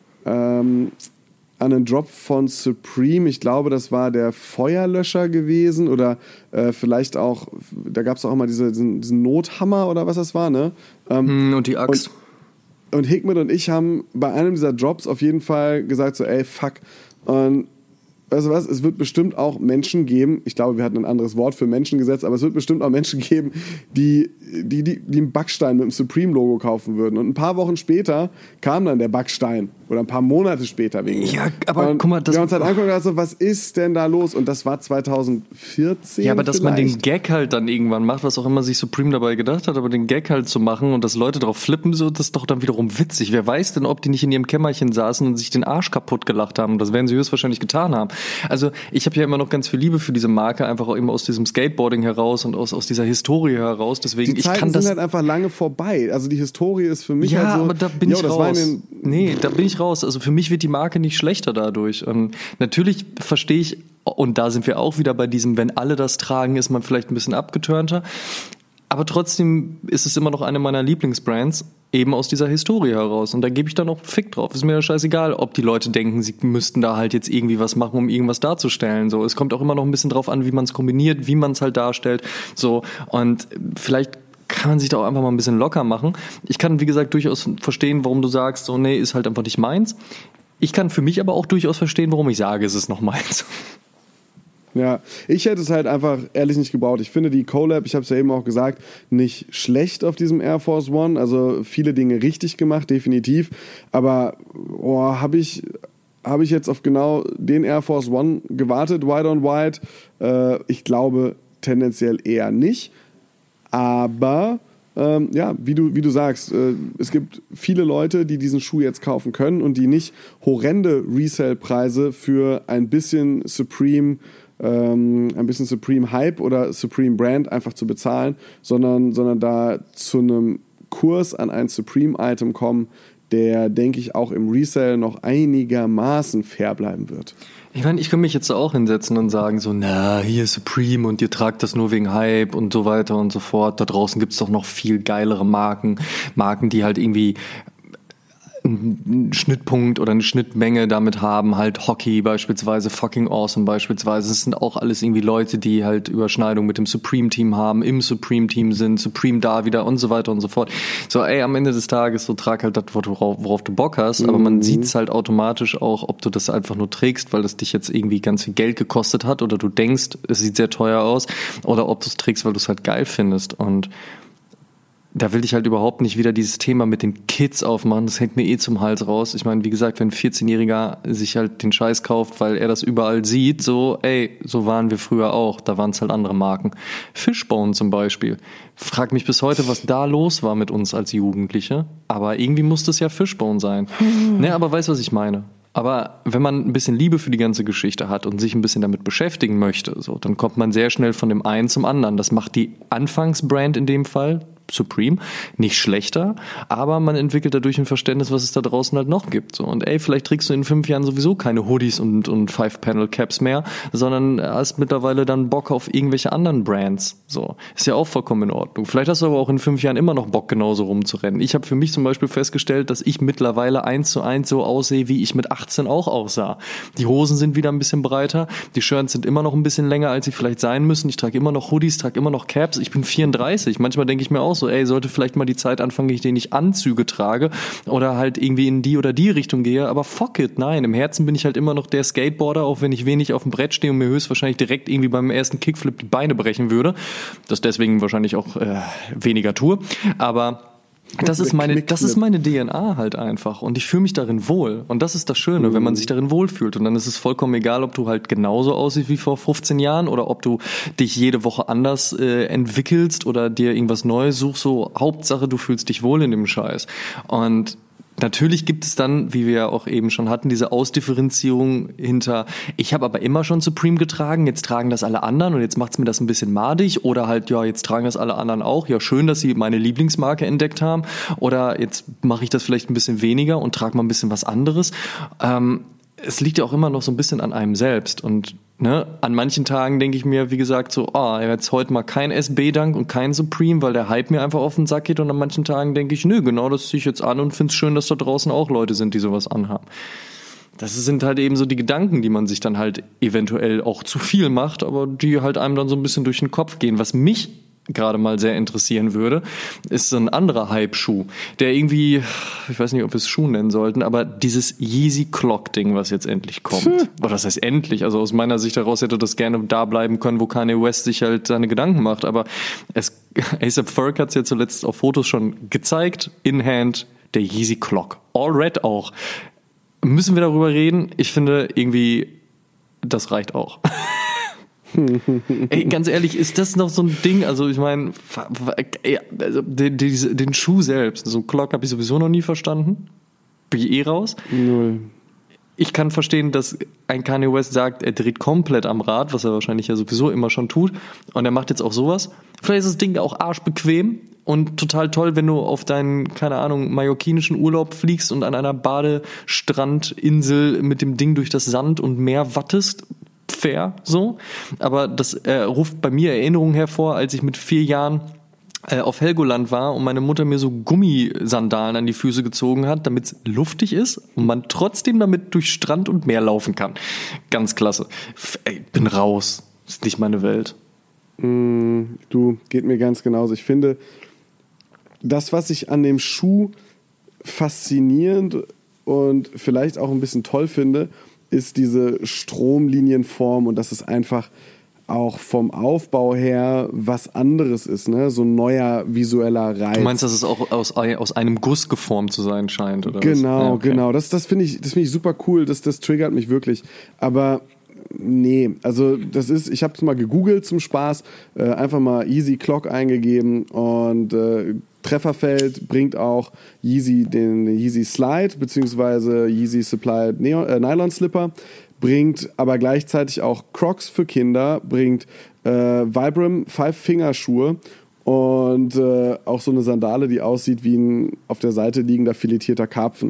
einen Drop von Supreme. Ich glaube, das war der Feuerlöscher gewesen oder vielleicht auch, da gab es auch immer diesen Nothammer oder was das war, ne? Und die Axt. Und Hikmet und ich haben bei einem dieser Drops auf jeden Fall gesagt so, ey, fuck. Und weißt du was, es wird bestimmt auch Menschen geben, ich glaube, wir hatten ein anderes Wort für Menschen gesetzt, aber es wird bestimmt auch Menschen geben, die einen Backstein mit dem Supreme-Logo kaufen würden. Und ein paar Wochen später kam dann der Backstein. Oder ein paar Monate später wegen. Ja, aber guck mal, wir haben uns halt angeguckt und gesagt, so, was ist denn da los? Und das war 2014. Ja, aber dass vielleicht. Man den Gag halt dann irgendwann macht, was auch immer sich Supreme dabei gedacht hat, aber den Gag halt zu machen und dass Leute drauf flippen, so, das ist doch dann wiederum witzig. Wer weiß denn, ob die nicht in ihrem Kämmerchen saßen und sich den Arsch kaputt gelacht haben? Das werden sie höchstwahrscheinlich getan haben. Also ich habe ja immer noch ganz viel Liebe für diese Marke, einfach auch immer aus diesem Skateboarding heraus und aus dieser Historie heraus. Deswegen, die Zeiten sind halt einfach lange vorbei. Also die Historie ist für mich ja, halt so... Ja, aber da bin ich raus. Nee, da bin ich raus. Also für mich wird die Marke nicht schlechter dadurch. Und natürlich verstehe ich, und da sind wir auch wieder bei diesem, wenn alle das tragen, ist man vielleicht ein bisschen abgeturnter. Aber trotzdem ist es immer noch eine meiner Lieblingsbrands, eben aus dieser Historie heraus. Und da gebe ich dann auch Fick drauf. Ist mir ja scheißegal, ob die Leute denken, sie müssten da halt jetzt irgendwie was machen, um irgendwas darzustellen. So, es kommt auch immer noch ein bisschen drauf an, wie man es kombiniert, wie man es halt darstellt. So, und vielleicht kann man sich da auch einfach mal ein bisschen locker machen. Ich kann, wie gesagt, durchaus verstehen, warum du sagst, so, nee, ist halt einfach nicht meins. Ich kann für mich aber auch durchaus verstehen, warum ich sage, es ist noch meins. Ja, ich hätte es halt einfach ehrlich nicht gebraucht. Ich finde die Collab, ich habe es ja eben auch gesagt, nicht schlecht auf diesem Air Force One. Also viele Dinge richtig gemacht, definitiv. Aber habe ich jetzt auf genau den Air Force One gewartet, White on White? Ich glaube tendenziell eher nicht. Aber ja, wie du sagst, es gibt viele Leute, die diesen Schuh jetzt kaufen können und die nicht horrende Resale-Preise für ein bisschen Supreme Hype oder Supreme Brand einfach zu bezahlen, sondern da zu einem Kurs an ein Supreme-Item kommen, der, denke ich, auch im Resale noch einigermaßen fair bleiben wird. Ich meine, ich kann mich jetzt auch hinsetzen und sagen so, na, hier ist Supreme und ihr tragt das nur wegen Hype und so weiter und so fort. Da draußen gibt's doch noch viel geilere Marken, die halt irgendwie einen Schnittpunkt oder eine Schnittmenge damit haben, halt Hockey beispielsweise, Fucking Awesome beispielsweise. Das sind auch alles irgendwie Leute, die halt Überschneidung mit dem Supreme-Team haben, im Supreme-Team sind, Supreme da wieder und so weiter und so fort. So, ey, am Ende des Tages, so trag halt das, worauf du Bock hast, aber man sieht's halt automatisch auch, ob du das einfach nur trägst, weil das dich jetzt irgendwie ganz viel Geld gekostet hat oder du denkst, es sieht sehr teuer aus, oder ob du es trägst, weil du es halt geil findest. Und da will ich halt überhaupt nicht wieder dieses Thema mit den Kids aufmachen. Das hängt mir zum Hals raus. Ich meine, wie gesagt, wenn ein 14-Jähriger sich halt den Scheiß kauft, weil er das überall sieht, so, ey, so waren wir früher auch. Da waren es halt andere Marken. Fishbone zum Beispiel. Frag mich bis heute, was da los war mit uns als Jugendliche. Aber irgendwie musste es ja Fishbone sein. Ne, aber weißt du, was ich meine? Aber wenn man ein bisschen Liebe für die ganze Geschichte hat und sich ein bisschen damit beschäftigen möchte, so, dann kommt man sehr schnell von dem einen zum anderen. Das macht die Anfangsbrand in dem Fall, Supreme, nicht schlechter, aber man entwickelt dadurch ein Verständnis, was es da draußen halt noch gibt. So. Und vielleicht trägst du in 5 Jahren sowieso keine Hoodies und 5-Panel-Caps mehr, sondern hast mittlerweile dann Bock auf irgendwelche anderen Brands. So. Ist ja auch vollkommen in Ordnung. Vielleicht hast du aber auch in 5 Jahren immer noch Bock, genauso rumzurennen. Ich habe für mich zum Beispiel festgestellt, dass ich mittlerweile 1:1 so aussehe, wie ich mit 18 auch aussah. Die Hosen sind wieder ein bisschen breiter, die Shirts sind immer noch ein bisschen länger, als sie vielleicht sein müssen. Ich trage immer noch Hoodies, trage immer noch Caps. Ich bin 34. Manchmal denke ich mir auch so, sollte vielleicht mal die Zeit anfangen, in denen ich Anzüge trage oder halt irgendwie in die oder die Richtung gehe. Aber fuck it, nein. Im Herzen bin ich halt immer noch der Skateboarder, auch wenn ich wenig auf dem Brett stehe und mir höchstwahrscheinlich direkt irgendwie beim ersten Kickflip die Beine brechen würde. Das deswegen wahrscheinlich auch weniger tue. Aber das ist meine DNA halt einfach und ich fühle mich darin wohl und das ist das Schöne, wenn man sich darin wohlfühlt und dann ist es vollkommen egal, ob du halt genauso aussiehst wie vor 15 Jahren oder ob du dich jede Woche anders entwickelst oder dir irgendwas Neues suchst, so Hauptsache du fühlst dich wohl in dem Scheiß und natürlich gibt es dann, wie wir ja auch eben schon hatten, diese Ausdifferenzierung hinter, ich habe aber immer schon Supreme getragen, jetzt tragen das alle anderen und jetzt macht's mir das ein bisschen madig oder halt, ja, jetzt tragen das alle anderen auch. Ja, schön, dass sie meine Lieblingsmarke entdeckt haben oder jetzt mache ich das vielleicht ein bisschen weniger und trage mal ein bisschen was anderes. Es liegt ja auch immer noch so ein bisschen an einem selbst und an manchen Tagen denke ich mir, wie gesagt, so, jetzt heute mal kein SB-Dank und kein Supreme, weil der Hype mir einfach auf den Sack geht und an manchen Tagen denke ich, genau das ziehe ich jetzt an und finde es schön, dass da draußen auch Leute sind, die sowas anhaben. Das sind halt eben so die Gedanken, die man sich dann halt eventuell auch zu viel macht, aber die halt einem dann so ein bisschen durch den Kopf gehen. Was mich gerade mal sehr interessieren würde, ist so ein anderer Hype-Schuh, der irgendwie, ich weiß nicht, ob wir es Schuh nennen sollten, aber dieses Yeezy Clock-Ding, was jetzt endlich kommt. Oder das heißt endlich, also aus meiner Sicht heraus hätte das gerne da bleiben können, wo Kanye West sich halt seine Gedanken macht, aber A$AP Ferg hat es ja zuletzt auf Fotos schon gezeigt, in Hand, der Yeezy Clock. All Red auch. Müssen wir darüber reden? Ich finde irgendwie, das reicht auch. Ganz ehrlich, ist das noch so ein Ding? Also ich meine, also den Schuh selbst, so einen Clock habe ich sowieso noch nie verstanden. Bin ich raus? Null. Ich kann verstehen, dass ein Kanye West sagt, er dreht komplett am Rad, was er wahrscheinlich ja sowieso immer schon tut. Und er macht jetzt auch sowas. Vielleicht ist das Ding auch arschbequem und total toll, wenn du auf deinen, keine Ahnung, mallorquinischen Urlaub fliegst und an einer Badestrandinsel mit dem Ding durch das Sand und Meer wattest. Fair, so. Aber das ruft bei mir Erinnerungen hervor, als ich mit 4 Jahren auf Helgoland war und meine Mutter mir so Gummisandalen an die Füße gezogen hat, damit es luftig ist und man trotzdem damit durch Strand und Meer laufen kann. Ganz klasse. Bin raus. Ist nicht meine Welt. Du, geht mir ganz genauso. Ich finde, das, was ich an dem Schuh faszinierend und vielleicht auch ein bisschen toll finde, ist diese Stromlinienform und dass es einfach auch vom Aufbau her was anderes ist, ne? So ein neuer visueller Reiz. Du meinst, dass es auch aus einem Guss geformt zu sein scheint, oder? Genau, ja, okay. Genau. Das finde ich super cool, das triggert mich wirklich. Aber nee, also ich habe es mal gegoogelt zum Spaß, einfach mal Yeezy Clock eingegeben und Trefferfeld bringt auch den Yeezy Slide bzw. Yeezy Supplied Nylon Slipper, bringt aber gleichzeitig auch Crocs für Kinder, bringt Vibram 5-Finger-Schuhe und auch so eine Sandale, die aussieht wie ein auf der Seite liegender filetierter Karpfen.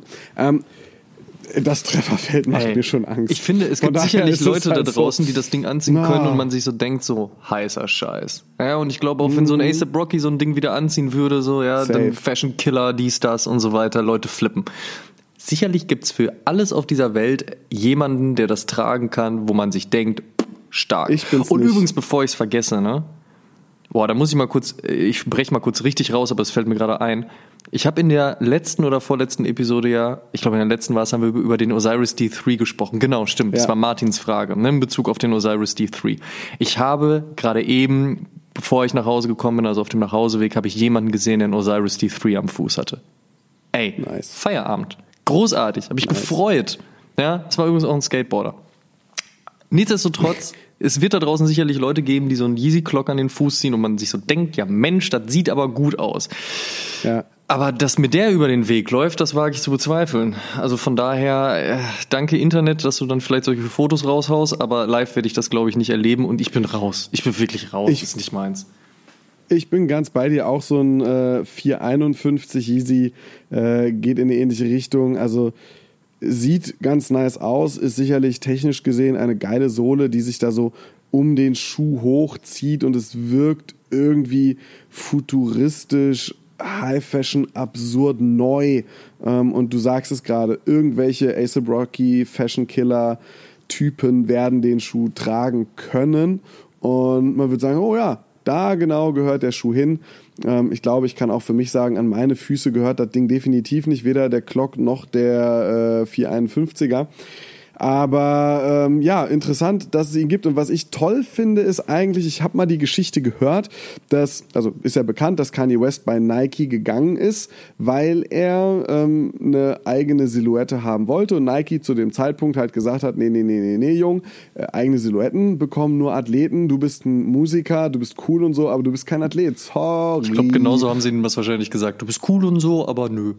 Das Trefferfeld macht mir schon Angst. Ich finde, es gibt sicherlich Leute da draußen, die das Ding anziehen können und man sich so denkt, so heißer Scheiß. Ja, und ich glaube auch, wenn so ein A$AP Rocky so ein Ding wieder anziehen würde, so, ja, dann Fashion Killer, dies, das und so weiter, Leute flippen. Sicherlich gibt's für alles auf dieser Welt jemanden, der das tragen kann, wo man sich denkt, stark. Ich bin's und nicht. Übrigens, bevor ich es vergesse, ne? Boah, da muss ich breche mal kurz richtig raus, aber es fällt mir gerade ein. Ich habe in der letzten oder vorletzten Episode ich glaube in der letzten haben wir über den Osiris D3 gesprochen. Genau, stimmt, das war Martins Frage, ne, in Bezug auf den Osiris D3. Ich habe gerade eben, bevor ich nach Hause gekommen bin, also auf dem Nachhauseweg, habe ich jemanden gesehen, der einen Osiris D3 am Fuß hatte. Nice. Feierabend. Großartig, habe ich gefreut. Ja, das war übrigens auch ein Skateboarder. Nichtsdestotrotz, es wird da draußen sicherlich Leute geben, die so einen Yeezy Clock an den Fuß ziehen und man sich so denkt, ja Mensch, das sieht aber gut aus. Ja. Aber dass mir der über den Weg läuft, das wage ich zu bezweifeln. Also von daher, danke Internet, dass du dann vielleicht solche Fotos raushaust, aber live werde ich das, glaube ich, nicht erleben und ich bin raus. Ich bin wirklich raus, das ist nicht meins. Ich bin ganz bei dir, auch so ein 451 Yeezy geht in eine ähnliche Richtung, also sieht ganz nice aus, ist sicherlich technisch gesehen eine geile Sohle, die sich da so um den Schuh hochzieht und es wirkt irgendwie futuristisch, High Fashion, absurd neu. Und du sagst es gerade, irgendwelche A$AP Rocky, Fashion Killer Typen werden den Schuh tragen können und man wird sagen, oh ja, da genau gehört der Schuh hin. Ich glaube, ich kann auch für mich sagen, an meine Füße gehört das Ding definitiv nicht, weder der Clog noch der 451er. Aber ja, interessant, dass es ihn gibt. Und was ich toll finde, ist eigentlich, ich habe mal die Geschichte gehört, also ist ja bekannt, dass Kanye West bei Nike gegangen ist, weil er eine eigene Silhouette haben wollte. Und Nike zu dem Zeitpunkt halt gesagt hat, nee, Jung, eigene Silhouetten bekommen nur Athleten. Du bist ein Musiker, du bist cool und so, aber du bist kein Athlet. Sorry. Ich glaube, genauso haben sie ihm das wahrscheinlich gesagt. Du bist cool und so, aber nö.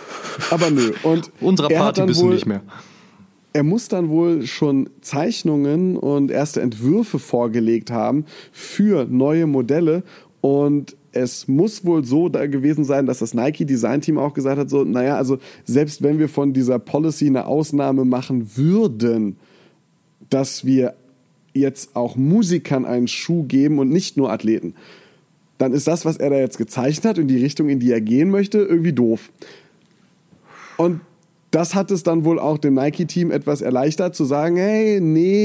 Und unserer Party bist du nicht mehr. Er muss dann wohl schon Zeichnungen und erste Entwürfe vorgelegt haben für neue Modelle und es muss wohl so da gewesen sein, dass das Nike-Design-Team auch gesagt hat, so, naja, also selbst wenn wir von dieser Policy eine Ausnahme machen würden, dass wir jetzt auch Musikern einen Schuh geben und nicht nur Athleten, dann ist das, was er da jetzt gezeichnet hat und die Richtung, in die er gehen möchte, irgendwie doof. Und das hat es dann wohl auch dem Nike-Team etwas erleichtert, zu sagen, hey,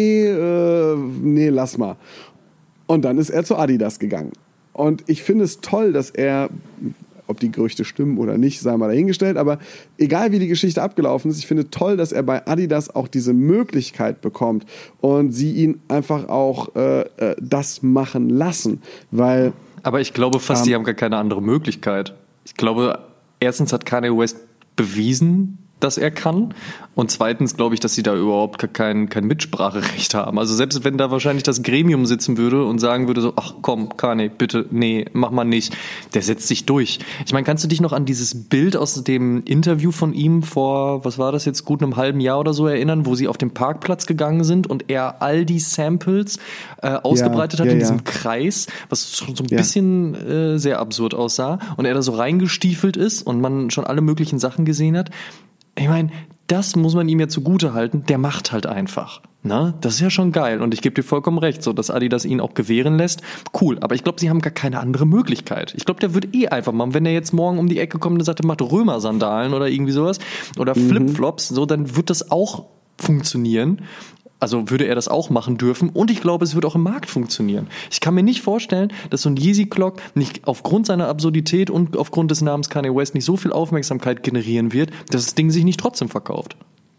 nee, lass mal. Und dann ist er zu Adidas gegangen. Und ich finde es toll, dass er, ob die Gerüchte stimmen oder nicht, sei mal dahingestellt, aber egal wie die Geschichte abgelaufen ist, ich finde toll, dass er bei Adidas auch diese Möglichkeit bekommt und sie ihn einfach auch das machen lassen. Weil, aber ich glaube fast, die haben gar keine andere Möglichkeit. Ich glaube, erstens hat Kanye West bewiesen, dass er kann. Und zweitens glaube ich, dass sie da überhaupt kein Mitspracherecht haben. Also selbst wenn da wahrscheinlich das Gremium sitzen würde und sagen würde so, ach komm, Kanye, bitte, nee, mach mal nicht. Der setzt sich durch. Ich meine, kannst du dich noch an dieses Bild aus dem Interview von ihm vor, was war das jetzt, gut einem halben Jahr oder so erinnern, wo sie auf den Parkplatz gegangen sind und er all die Samples ausgebreitet hat in diesem Kreis, was schon so ein bisschen sehr absurd aussah und er da so reingestiefelt ist und man schon alle möglichen Sachen gesehen hat. Ich meine, das muss man ihm ja zugute halten, der macht halt einfach. Ne? Das ist ja schon geil und ich gebe dir vollkommen recht, so dass Adidas ihn auch gewähren lässt. Cool, aber ich glaube, sie haben gar keine andere Möglichkeit. Ich glaube, der wird einfach machen, wenn er jetzt morgen um die Ecke kommt und sagt, er macht Römer-Sandalen oder irgendwie sowas oder Flipflops, so, dann wird das auch funktionieren. Also würde er das auch machen dürfen und ich glaube, es wird auch im Markt funktionieren. Ich kann mir nicht vorstellen, dass so ein Yeezy Clog nicht aufgrund seiner Absurdität und aufgrund des Namens Kanye West nicht so viel Aufmerksamkeit generieren wird, dass das Ding sich nicht trotzdem verkauft.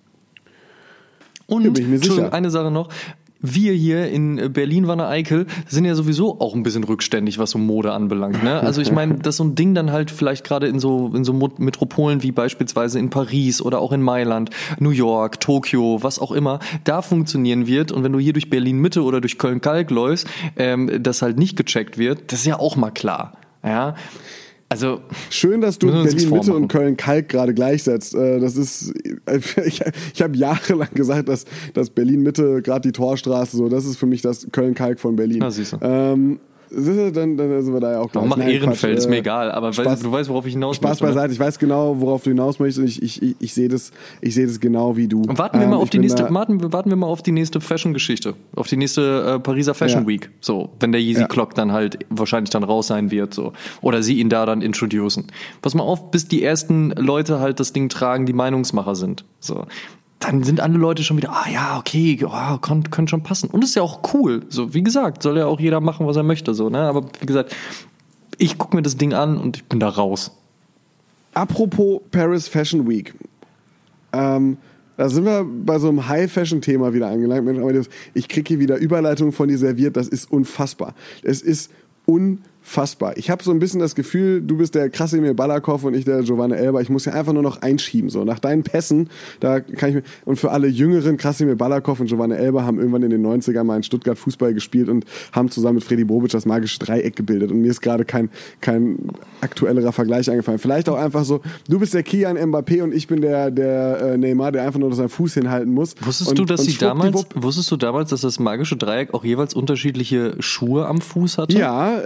Und, Entschuldigung, eine Sache noch. Wir hier in Berlin-Wanne-Eickel sind ja sowieso auch ein bisschen rückständig, was so Mode anbelangt. Ne? Also ich meine, dass so ein Ding dann halt vielleicht gerade in so Metropolen wie beispielsweise in Paris oder auch in Mailand, New York, Tokio, was auch immer, da funktionieren wird. Und wenn du hier durch Berlin-Mitte oder durch Köln-Kalk läufst, das halt nicht gecheckt wird, das ist ja auch mal klar. Ja. Also schön, dass du Berlin-Mitte und Köln-Kalk gerade gleichsetzt. Das ist, ich habe jahrelang gesagt, dass Berlin-Mitte, gerade die Torstraße, so, das ist für mich das Köln-Kalk von Berlin. Na, siehst du. Dann sind wir da ja auch gleich. Mach Ehrenfeld, ist mir egal, aber du weißt, worauf ich hinaus möchte. Spaß beiseite, ich weiß genau, worauf du hinaus möchtest und ich sehe das genau wie du. Und warten wir mal auf die nächste Fashion-Geschichte, auf die nächste Pariser Fashion Week, so, wenn der Yeezy Clog dann halt wahrscheinlich dann raus sein wird, so, oder sie ihn da dann introducen. Pass mal auf, bis die ersten Leute halt das Ding tragen, die Meinungsmacher sind, so. Dann sind alle Leute schon wieder, okay, könnte schon passen. Und ist ja auch cool. So, wie gesagt, soll ja auch jeder machen, was er möchte. So, ne? Aber wie gesagt, ich gucke mir das Ding an und ich bin da raus. Apropos Paris Fashion Week. Da sind wir bei so einem High-Fashion-Thema wieder angelangt. Ich kriege hier wieder Überleitungen von dir serviert. Das ist unfassbar. Es ist unfassbar. Ich habe so ein bisschen das Gefühl, du bist der Krasimir Balakov und ich der Giovanni Elber. Ich muss ja einfach nur noch einschieben. So nach deinen Pässen, da kann ich mir. Und für alle Jüngeren, Krasimir Balakov und Giovanni Elber haben irgendwann in den 90ern mal in Stuttgart Fußball gespielt und haben zusammen mit Freddy Bobic das magische Dreieck gebildet. Und mir ist gerade kein aktuellerer Vergleich eingefallen. Vielleicht auch einfach so, du bist der Kylian Mbappé und ich bin der Neymar, der einfach nur seinen Fuß hinhalten muss. Wusstest du damals, dass das magische Dreieck auch jeweils unterschiedliche Schuhe am Fuß hatte? Ja,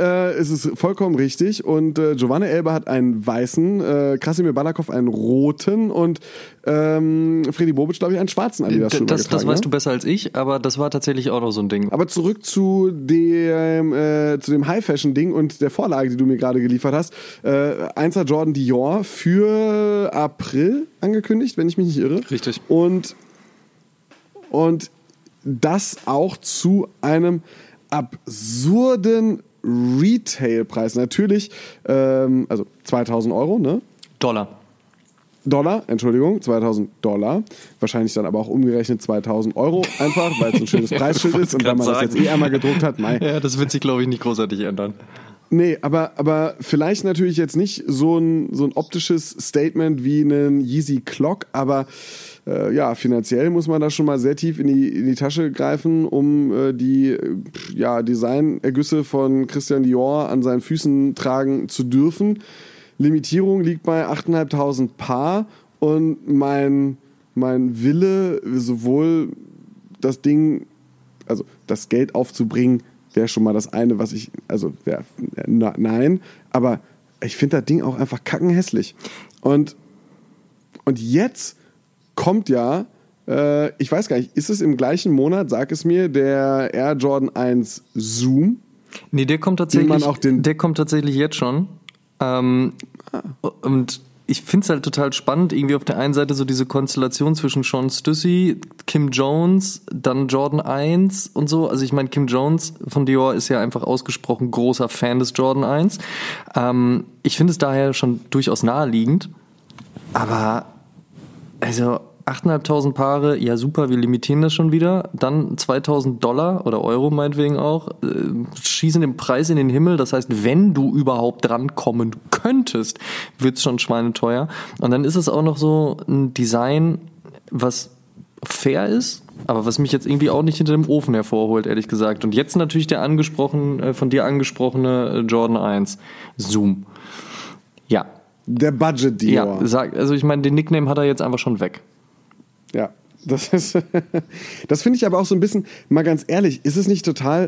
es ist vollkommen richtig. Und Giovanni Elber hat einen weißen, Krasimir Balakov einen roten und Freddy Bobic, glaube ich, einen schwarzen Adidas-Schuh getragen. Das weißt du besser als ich, aber das war tatsächlich auch noch so ein Ding. Aber zurück zu dem High-Fashion-Ding und der Vorlage, die du mir gerade geliefert hast. 1er Jordan Dior für April angekündigt, wenn ich mich nicht irre. Richtig. Und das auch zu einem absurden Retailpreis. Natürlich, also 2.000 Euro, ne? Dollar, Entschuldigung, $2.000. Wahrscheinlich dann aber auch umgerechnet 2.000 Euro einfach, weil es ein schönes Preisschild ist und weil man das jetzt einmal gedruckt hat. Mei. Ja, das wird sich, glaube ich, nicht großartig ändern. Nee, aber vielleicht natürlich jetzt nicht so ein optisches Statement wie einen Yeezy Clock, aber finanziell muss man da schon mal sehr tief in die Tasche greifen, um die Designergüsse von Christian Dior an seinen Füßen tragen zu dürfen. Limitierung liegt bei 8.500 Paar und mein Wille, sowohl das Ding, also das Geld aufzubringen, wäre schon mal das eine, was ich, nein, aber ich finde das Ding auch einfach kackenhässlich. Und jetzt kommt ja, ich weiß gar nicht, ist es im gleichen Monat, sag es mir, der Air Jordan 1 Zoom? Nee, der kommt tatsächlich jetzt schon. Und ich finde es halt total spannend, irgendwie auf der einen Seite so diese Konstellation zwischen Sean Stussy, Kim Jones, dann Jordan 1 und so. Also ich meine, Kim Jones von Dior ist ja einfach ausgesprochen großer Fan des Jordan 1. Ich finde es daher schon durchaus naheliegend. Aber, also 8.500 Paare, ja super, wir limitieren das schon wieder. Dann $2.000 oder Euro meinetwegen auch, schießen den Preis in den Himmel. Das heißt, wenn du überhaupt drankommen könntest, wird's schon schweineteuer. Und dann ist es auch noch so ein Design, was fair ist, aber was mich jetzt irgendwie auch nicht hinter dem Ofen hervorholt, ehrlich gesagt. Und jetzt natürlich der von dir angesprochene Jordan 1 Zoom. Ja. Der Budget Dior. Ja, also ich meine, den Nickname hat er jetzt einfach schon weg. Ja, das finde ich aber auch so ein bisschen, mal ganz ehrlich, ist es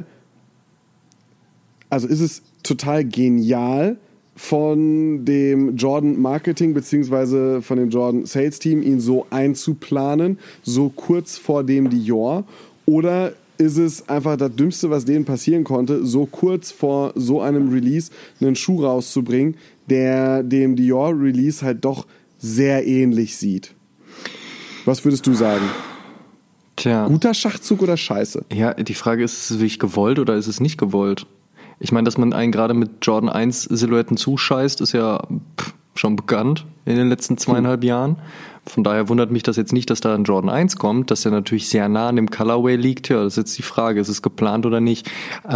total genial von dem Jordan Marketing beziehungsweise von dem Jordan Sales Team, ihn so einzuplanen, so kurz vor dem Dior, oder ist es einfach das Dümmste, was denen passieren konnte, so kurz vor so einem Release einen Schuh rauszubringen, der dem Dior Release halt doch sehr ähnlich sieht? Was würdest du sagen? Tja. Guter Schachzug oder Scheiße? Ja, die Frage ist es wirklich gewollt oder ist es nicht gewollt? Ich meine, dass man einen gerade mit Jordan 1 Silhouetten zuscheißt, ist ja schon bekannt in den letzten 2,5 Jahren. Von daher wundert mich das jetzt nicht, dass da ein Jordan 1 kommt, dass der natürlich sehr nah an dem Colorway liegt. Ja, das ist jetzt die Frage, ist es geplant oder nicht?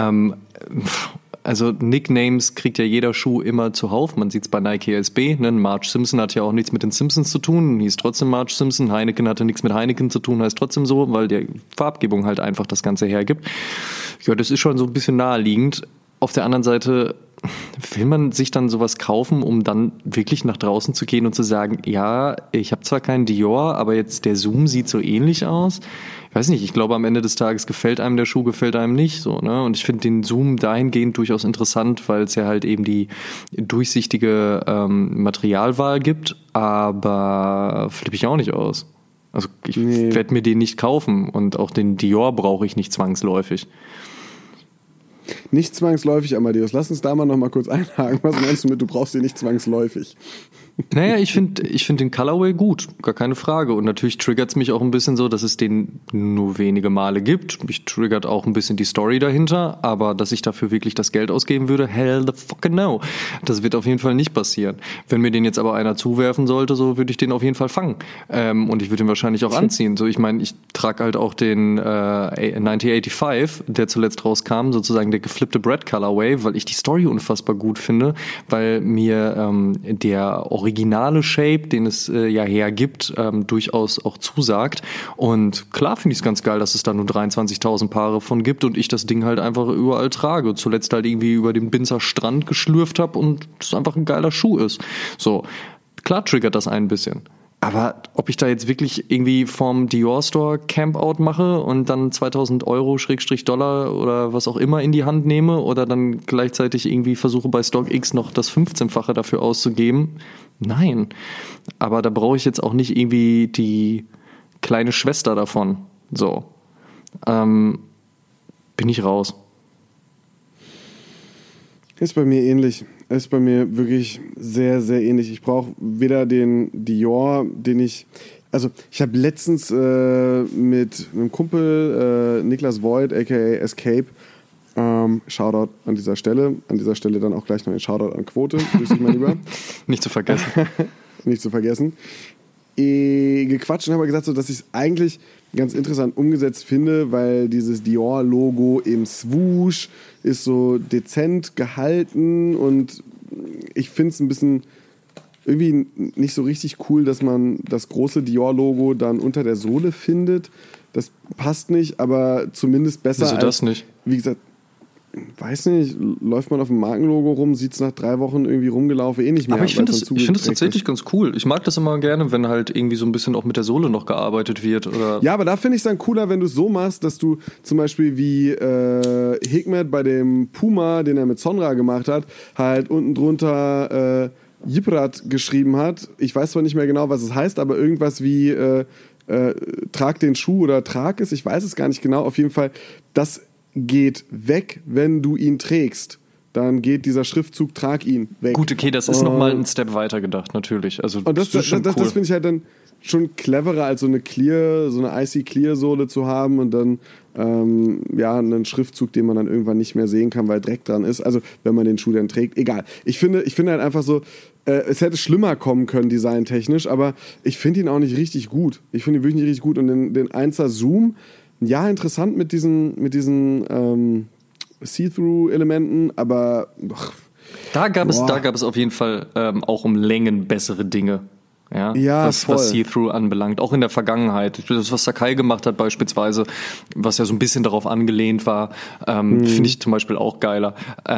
Also Nicknames kriegt ja jeder Schuh immer zuhauf. Man sieht es bei Nike SB. Ne? Marge Simpson hat ja auch nichts mit den Simpsons zu tun. Hieß trotzdem Marge Simpson. Heineken hatte nichts mit Heineken zu tun, heißt trotzdem so, weil die Farbgebung halt einfach das Ganze hergibt. Ja, das ist schon so ein bisschen naheliegend. Auf der anderen Seite will man sich dann sowas kaufen, um dann wirklich nach draußen zu gehen und zu sagen, ja, ich habe zwar keinen Dior, aber jetzt der Zoom sieht so ähnlich aus. Ich weiß nicht, ich glaube am Ende des Tages gefällt einem der Schuh, gefällt einem nicht so, ne? Und ich finde den Zoom dahingehend durchaus interessant, weil es ja halt eben die durchsichtige Materialwahl gibt, aber flippe ich auch nicht aus. Also ich werde mir den nicht kaufen und auch den Dior brauche ich nicht zwangsläufig. Nicht zwangsläufig, Amadeus. Lass uns da mal noch mal kurz einhaken. Was meinst du mit, du brauchst den nicht zwangsläufig? Naja, ich finde den Colorway gut, gar keine Frage. Und natürlich triggert es mich auch ein bisschen so, dass es den nur wenige Male gibt. Mich triggert auch ein bisschen die Story dahinter, aber dass ich dafür wirklich das Geld ausgeben würde, hell the fucking no. Das wird auf jeden Fall nicht passieren. Wenn mir den jetzt aber einer zuwerfen sollte, so würde ich den auf jeden Fall fangen. Und ich würde ihn wahrscheinlich auch anziehen. So, ich meine, ich trage halt auch den 1985, der zuletzt rauskam, sozusagen der geflippte Bread Colorway, weil ich die Story unfassbar gut finde, weil mir der originale Shape, den es ja hergibt, durchaus auch zusagt. Und klar finde ich es ganz geil, dass es da nur 23.000 Paare von gibt und ich das Ding halt einfach überall trage. Zuletzt halt irgendwie über den Binzer Strand geschlürft habe und es einfach ein geiler Schuh ist. So, klar triggert das ein bisschen. Aber ob ich da jetzt wirklich irgendwie vom Dior Store Campout mache und dann 2.000 Euro / Dollar oder was auch immer in die Hand nehme oder dann gleichzeitig irgendwie versuche bei StockX noch das 15-fache dafür auszugeben, nein. Aber da brauche ich jetzt auch nicht irgendwie die kleine Schwester davon. So. Bin ich raus. Ist bei mir ähnlich. Ist bei mir wirklich sehr, sehr ähnlich. Ich brauche weder den Dior, ich habe letztens mit einem Kumpel, Niklas Voigt, aka Escape, Shoutout an dieser Stelle. An dieser Stelle dann auch gleich noch ein Shoutout an Quote. Grüß dich, mein Lieber. Nicht zu vergessen. Nicht zu vergessen. Gequatscht und habe gesagt, so, dass ich es eigentlich ganz interessant umgesetzt finde, weil dieses Dior-Logo im Swoosh ist so dezent gehalten und ich finde es ein bisschen irgendwie nicht so richtig cool, dass man das große Dior-Logo dann unter der Sohle findet. Das passt nicht, aber zumindest besser. Wieso das nicht? Wie gesagt, weiß nicht, läuft man auf dem Markenlogo rum, sieht es nach 3 Wochen irgendwie rumgelaufen, nicht mehr. Aber ich finde es tatsächlich ganz cool. Ich mag das immer gerne, wenn halt irgendwie so ein bisschen auch mit der Sohle noch gearbeitet wird. Oder ja, aber da finde ich es dann cooler, wenn du es so machst, dass du zum Beispiel wie Hikmet bei dem Puma, den er mit Sonra gemacht hat, halt unten drunter Yiprat geschrieben hat. Ich weiß zwar nicht mehr genau, was es heißt, aber irgendwas wie trag den Schuh oder trag es, ich weiß es gar nicht genau. Auf jeden Fall, das geht weg, wenn du ihn trägst. Dann geht dieser Schriftzug, trag ihn, weg. Gut, okay, das ist nochmal ein Step weiter gedacht, natürlich. Also, und das finde ich halt dann schon cleverer, als so eine Icy Clear Sohle zu haben und dann einen Schriftzug, den man dann irgendwann nicht mehr sehen kann, weil Dreck dran ist. Also, wenn man den Schuh dann trägt, egal. Ich finde halt einfach so, es hätte schlimmer kommen können, designtechnisch, aber ich finde ihn auch nicht richtig gut. Ich finde ihn wirklich nicht richtig gut und den 1er Zoom, ja, interessant mit diesen See-Through-Elementen, aber da gab es auf jeden Fall auch um Längen bessere Dinge. Ja, was See-Through anbelangt, auch in der Vergangenheit. Das, was Sakai gemacht hat beispielsweise, was ja so ein bisschen darauf angelehnt war, finde ich zum Beispiel auch geiler.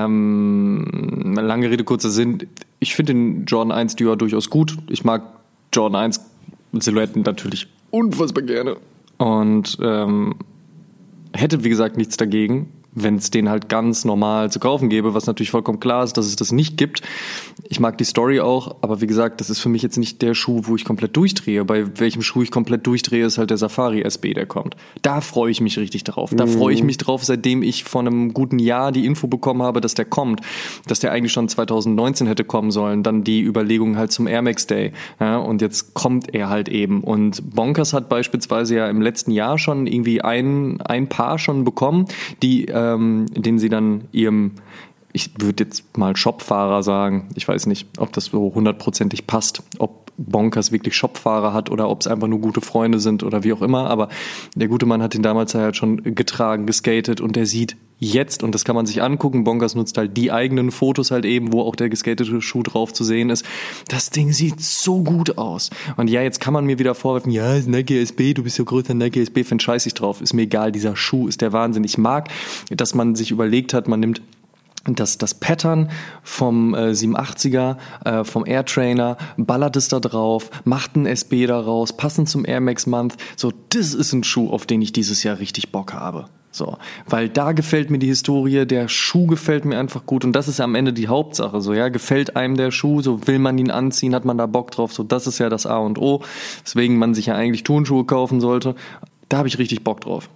Lange Rede, kurzer Sinn. Ich finde den Jordan 1 Dior durchaus gut. Ich mag Jordan 1 Silhouetten natürlich unfassbar gerne. Und hätte, wie gesagt, nichts dagegen, wenn es den halt ganz normal zu kaufen gäbe, was natürlich vollkommen klar ist, dass es das nicht gibt. Ich mag die Story auch, aber wie gesagt, das ist für mich jetzt nicht der Schuh, wo ich komplett durchdrehe. Bei welchem Schuh ich komplett durchdrehe, ist halt der Safari SB, der kommt. Da freue ich mich richtig drauf. Da freue ich mich drauf, seitdem ich vor einem guten Jahr die Info bekommen habe, dass der kommt. Dass der eigentlich schon 2019 hätte kommen sollen. Dann die Überlegung halt zum Air Max Day. Ja, und jetzt kommt er halt eben. Und Bonkers hat beispielsweise ja im letzten Jahr schon irgendwie ein Paar schon bekommen, den sie dann ihrem, ich würde jetzt mal Shopfahrer sagen, ich weiß nicht, ob das so 100%ig passt, ob Bonkers wirklich Shopfahrer hat oder ob es einfach nur gute Freunde sind oder wie auch immer, aber der gute Mann hat ihn damals halt schon getragen, geskatet und der sieht jetzt, und das kann man sich angucken, Bonkers nutzt halt die eigenen Fotos halt eben, wo auch der geskatete Schuh drauf zu sehen ist. Das Ding sieht so gut aus. Und ja, jetzt kann man mir wieder vorwerfen, ja, Nike SB, du bist ja größer Nike SB-Fan, scheiß ich drauf. Ist mir egal, dieser Schuh ist der Wahnsinn. Ich mag, dass man sich überlegt hat, man nimmt das Pattern vom 87er, vom Air Trainer, ballert es da drauf, macht einen SB daraus, passend zum Air Max Month. So, das ist ein Schuh, auf den ich dieses Jahr richtig Bock habe. So, weil da gefällt mir die Historie, der Schuh gefällt mir einfach gut und das ist ja am Ende die Hauptsache, so, ja, gefällt einem der Schuh, so will man ihn anziehen, hat man da Bock drauf, so, das ist ja das A und O, weswegen man sich ja eigentlich Turnschuhe kaufen sollte, da habe ich richtig Bock drauf.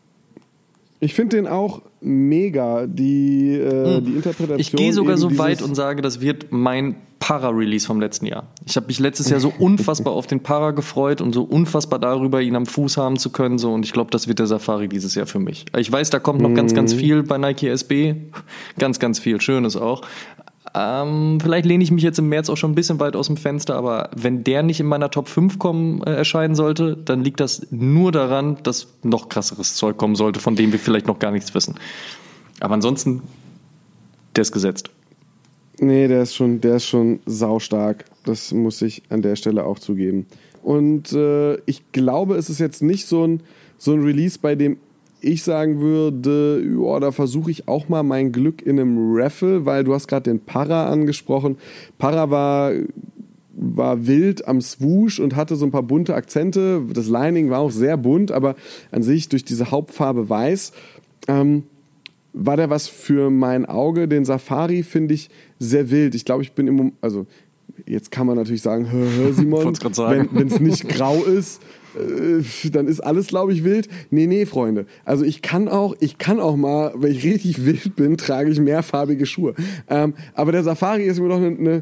Ich finde den auch mega, die Interpretation. Ich gehe sogar so weit und sage, das wird mein Para-Release vom letzten Jahr. Ich habe mich letztes Jahr so unfassbar auf den Para gefreut und so unfassbar darüber, ihn am Fuß haben zu können. So, und ich glaube, das wird der Safari dieses Jahr für mich. Ich weiß, da kommt noch ganz, ganz viel bei Nike SB. Ganz, ganz viel Schönes auch. Vielleicht lehne ich mich jetzt im März auch schon ein bisschen weit aus dem Fenster, aber wenn der nicht in meiner Top 5 erscheinen sollte, dann liegt das nur daran, dass noch krasseres Zeug kommen sollte, von dem wir vielleicht noch gar nichts wissen. Aber ansonsten, der ist gesetzt. Nee, der ist schon saustark. Das muss ich an der Stelle auch zugeben. Und ich glaube, es ist jetzt nicht so ein Release, bei dem ich sagen würde, ja, da versuche ich auch mal mein Glück in einem Raffle, weil du hast gerade den Para angesprochen. Para war war wild am Swoosh und hatte so ein paar bunte Akzente. Das Lining war auch sehr bunt, aber an sich durch diese Hauptfarbe weiß war der was für mein Auge. Den Safari finde ich sehr wild. Ich glaube, ich bin im Moment, also jetzt kann man natürlich sagen, Simon, wenn es nicht grau ist, dann ist alles, glaube ich, wild. Nee, Freunde. Also ich kann auch mal, wenn ich richtig wild bin, trage ich mehrfarbige Schuhe. Aber der Safari ist mir doch eine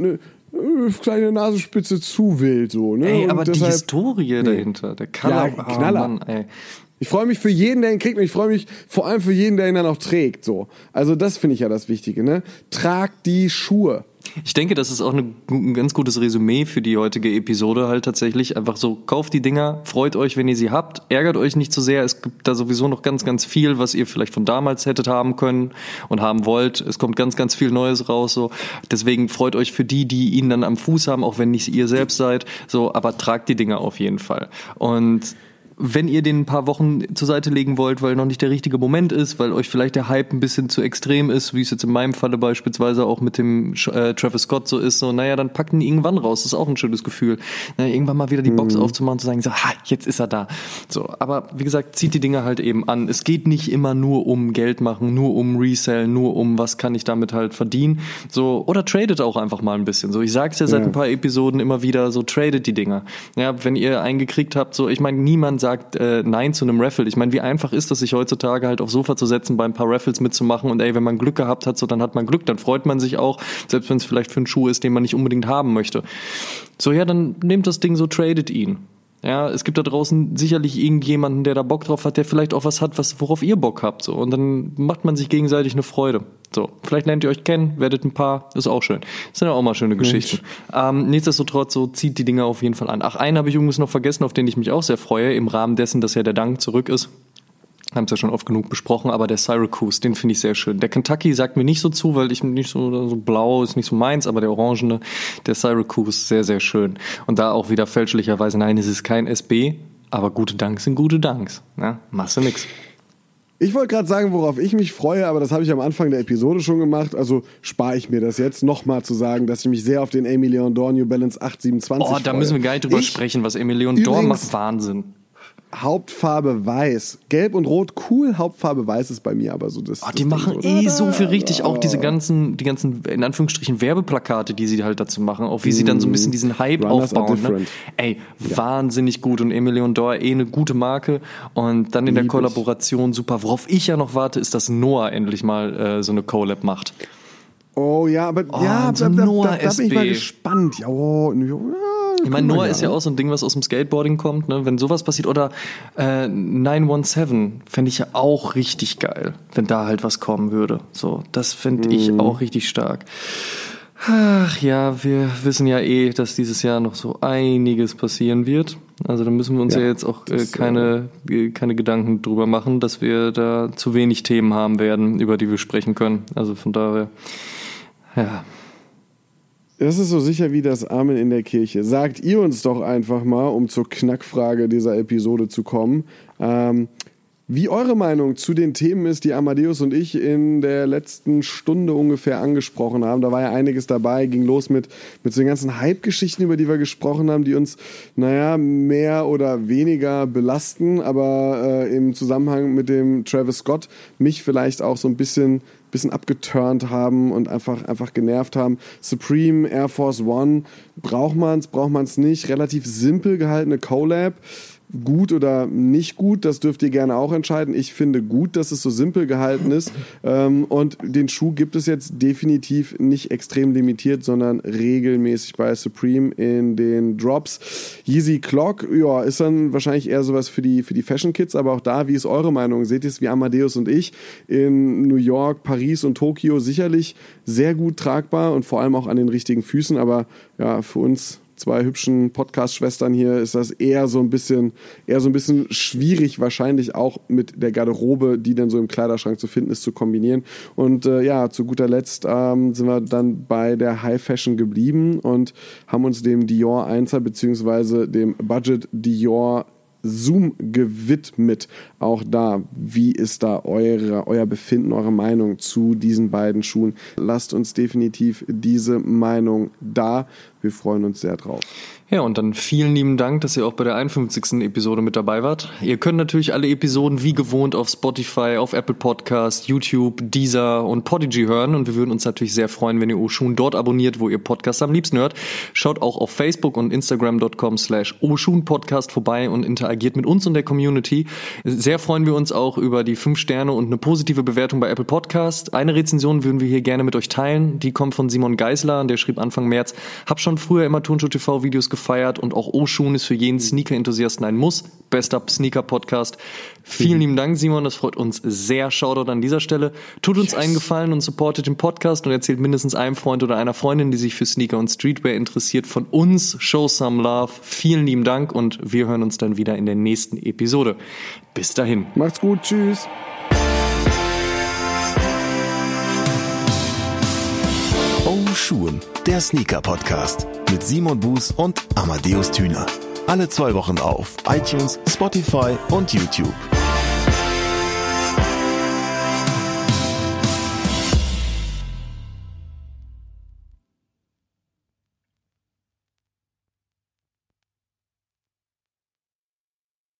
kleine Nasenspitze zu wild. So, ne? Ey, aber deshalb, die Historie dahinter, der Color, ja, Knaller. Mann, ey. Ich freue mich für jeden, der ihn kriegt, und ich freue mich vor allem für jeden, der ihn dann auch trägt. So. Also das finde ich ja das Wichtige. Ne? Tragt die Schuhe. Ich denke, das ist auch ein ganz gutes Resümee für die heutige Episode halt tatsächlich. Einfach so, kauft die Dinger, freut euch, wenn ihr sie habt, ärgert euch nicht zu sehr. Es gibt da sowieso noch ganz, ganz viel, was ihr vielleicht von damals hättet haben können und haben wollt. Es kommt ganz, ganz viel Neues raus. So. Deswegen freut euch für die ihn dann am Fuß haben, auch wenn nicht ihr selbst seid. So, aber tragt die Dinger auf jeden Fall. Und wenn ihr den ein paar Wochen zur Seite legen wollt, weil noch nicht der richtige Moment ist, weil euch vielleicht der Hype ein bisschen zu extrem ist, wie es jetzt in meinem Falle beispielsweise auch mit dem Travis Scott so ist, so, naja, dann packt ihn irgendwann raus. Das ist auch ein schönes Gefühl. Irgendwann mal wieder die Box aufzumachen und zu sagen, so, jetzt ist er da. So, aber wie gesagt, zieht die Dinge halt eben an. Es geht nicht immer nur um Geld machen, nur um Resell, nur um, was kann ich damit halt verdienen. So, oder tradet auch einfach mal ein bisschen. So, ich sag's ja seit ein paar Episoden immer wieder, so, tradet die Dinger. Ja, wenn ihr eingekriegt habt, so, ich meine, niemand sagt Nein zu einem Raffle. Ich meine, wie einfach ist das, sich heutzutage halt aufs Sofa zu setzen, bei ein paar Raffles mitzumachen und wenn man Glück gehabt hat, so, dann hat man Glück, dann freut man sich auch, selbst wenn es vielleicht für einen Schuh ist, den man nicht unbedingt haben möchte. So, ja, dann nehmt das Ding so, tradet ihn. Ja, es gibt da draußen sicherlich irgendjemanden, der da Bock drauf hat, der vielleicht auch was hat, worauf ihr Bock habt, so. Und dann macht man sich gegenseitig eine Freude. So, vielleicht lernt ihr euch kennen, werdet ein Paar, ist auch schön. Das sind ja auch mal schöne Geschichten. Nichtsdestotrotz, so, zieht die Dinger auf jeden Fall an. Ach, einen habe ich übrigens noch vergessen, auf den ich mich auch sehr freue, im Rahmen dessen, dass ja der Dank zurück ist. Haben es ja schon oft genug besprochen, aber der Syracuse, den finde ich sehr schön. Der Kentucky sagt mir nicht so zu, weil ich nicht so blau ist nicht so meins, aber der orangene, der Syracuse, sehr, sehr schön. Und da auch wieder fälschlicherweise, nein, es ist kein SB, aber gute Danks sind gute Danks. Ja, machst du nix. Ich wollte gerade sagen, worauf ich mich freue, aber das habe ich am Anfang der Episode schon gemacht, also spare ich mir das jetzt, nochmal zu sagen, dass ich mich sehr auf den Aimé Leon Dore New Balance 827 freue. Da müssen wir gar nicht drüber sprechen, was Aimé Leon Dore macht, Wahnsinn. Hauptfarbe weiß. Gelb und Rot, cool. Hauptfarbe weiß ist bei mir aber so das. Die machen so viel richtig. Auch die ganzen, in Anführungsstrichen, Werbeplakate, die sie halt dazu machen. Auch wie sie dann so ein bisschen diesen Hype aufbauen. Ne? Wahnsinnig gut. Und Aimé Leon Dore, eine gute Marke. Und dann in der Kollaboration super. Worauf ich ja noch warte, ist, dass Noah endlich mal so eine Collab macht. Oh ja, aber da bin ich mal gespannt. Ich meine, Noah ist ja auch so ein Ding, was aus dem Skateboarding kommt, ne? Wenn sowas passiert. Oder 917 fände ich ja auch richtig geil, wenn da halt was kommen würde. So, das finde ich auch richtig stark. Ach ja, wir wissen ja dass dieses Jahr noch so einiges passieren wird. Also da müssen wir uns ja jetzt auch keine Gedanken drüber machen, dass wir da zu wenig Themen haben werden, über die wir sprechen können. Also von daher, ja. Das ist so sicher wie das Amen in der Kirche. Sagt ihr uns doch einfach mal, um zur Knackfrage dieser Episode zu kommen, wie eure Meinung zu den Themen ist, die Amadeus und ich in der letzten Stunde ungefähr angesprochen haben. Da war ja einiges dabei, ging los mit so den ganzen Hype-Geschichten, über die wir gesprochen haben, die uns, mehr oder weniger belasten, aber im Zusammenhang mit dem Travis Scott mich vielleicht auch so ein bisschen abgeturnt haben und einfach genervt haben. Supreme, Air Force One, braucht man's nicht. Relativ simpel gehaltene Collab. Gut oder nicht gut, das dürft ihr gerne auch entscheiden. Ich finde gut, dass es so simpel gehalten ist. Und den Schuh gibt es jetzt definitiv nicht extrem limitiert, sondern regelmäßig bei Supreme in den Drops. Yeezy Clock, ist dann wahrscheinlich eher sowas für die Fashion Kids, aber auch da, wie ist eure Meinung? Seht ihr es wie Amadeus und ich? In New York, Paris und Tokio sicherlich sehr gut tragbar und vor allem auch an den richtigen Füßen, aber ja, für uns zwei hübschen Podcast-Schwestern hier ist das eher so ein bisschen schwierig, wahrscheinlich auch mit der Garderobe, die dann so im Kleiderschrank zu finden ist, zu kombinieren. Und zu guter Letzt sind wir dann bei der High Fashion geblieben und haben uns dem Dior 1er bzw. dem Budget Dior Zoom gewidmet. Auch da, wie ist da euer Befinden, eure Meinung zu diesen beiden Schuhen? Lasst uns definitiv diese Meinung da. Wir freuen uns sehr drauf. Ja, und dann vielen lieben Dank, dass ihr auch bei der 51. Episode mit dabei wart. Ihr könnt natürlich alle Episoden wie gewohnt auf Spotify, auf Apple Podcast, YouTube, Deezer und Podigy hören. Und wir würden uns natürlich sehr freuen, wenn ihr Oshun dort abonniert, wo ihr Podcasts am liebsten hört. Schaut auch auf Facebook und Instagram.com/Oshun-Podcast vorbei und interagiert mit uns und der Community. Sehr freuen wir uns auch über die 5 Sterne und eine positive Bewertung bei Apple Podcast. Eine Rezension würden wir hier gerne mit euch teilen. Die kommt von Simon Geisler, der schrieb Anfang März: Hab schon früher immer Turnschuh TV Videos gefeiert und auch Oshun ist für jeden Sneaker-Enthusiasten ein Muss. Bester Sneaker-Podcast. Vielen lieben Dank, Simon, das freut uns sehr. Shoutout an dieser Stelle. Tut uns einen Gefallen und supportet den Podcast und erzählt mindestens einem Freund oder einer Freundin, die sich für Sneaker und Streetwear interessiert, von uns. Show some love. Vielen lieben Dank und wir hören uns dann wieder in der nächsten Episode. Bis dahin. Macht's gut. Tschüss. Oshun, der Sneaker-Podcast mit Simon Buß und Amadeus Thüner. Alle 2 Wochen auf iTunes, Spotify und YouTube.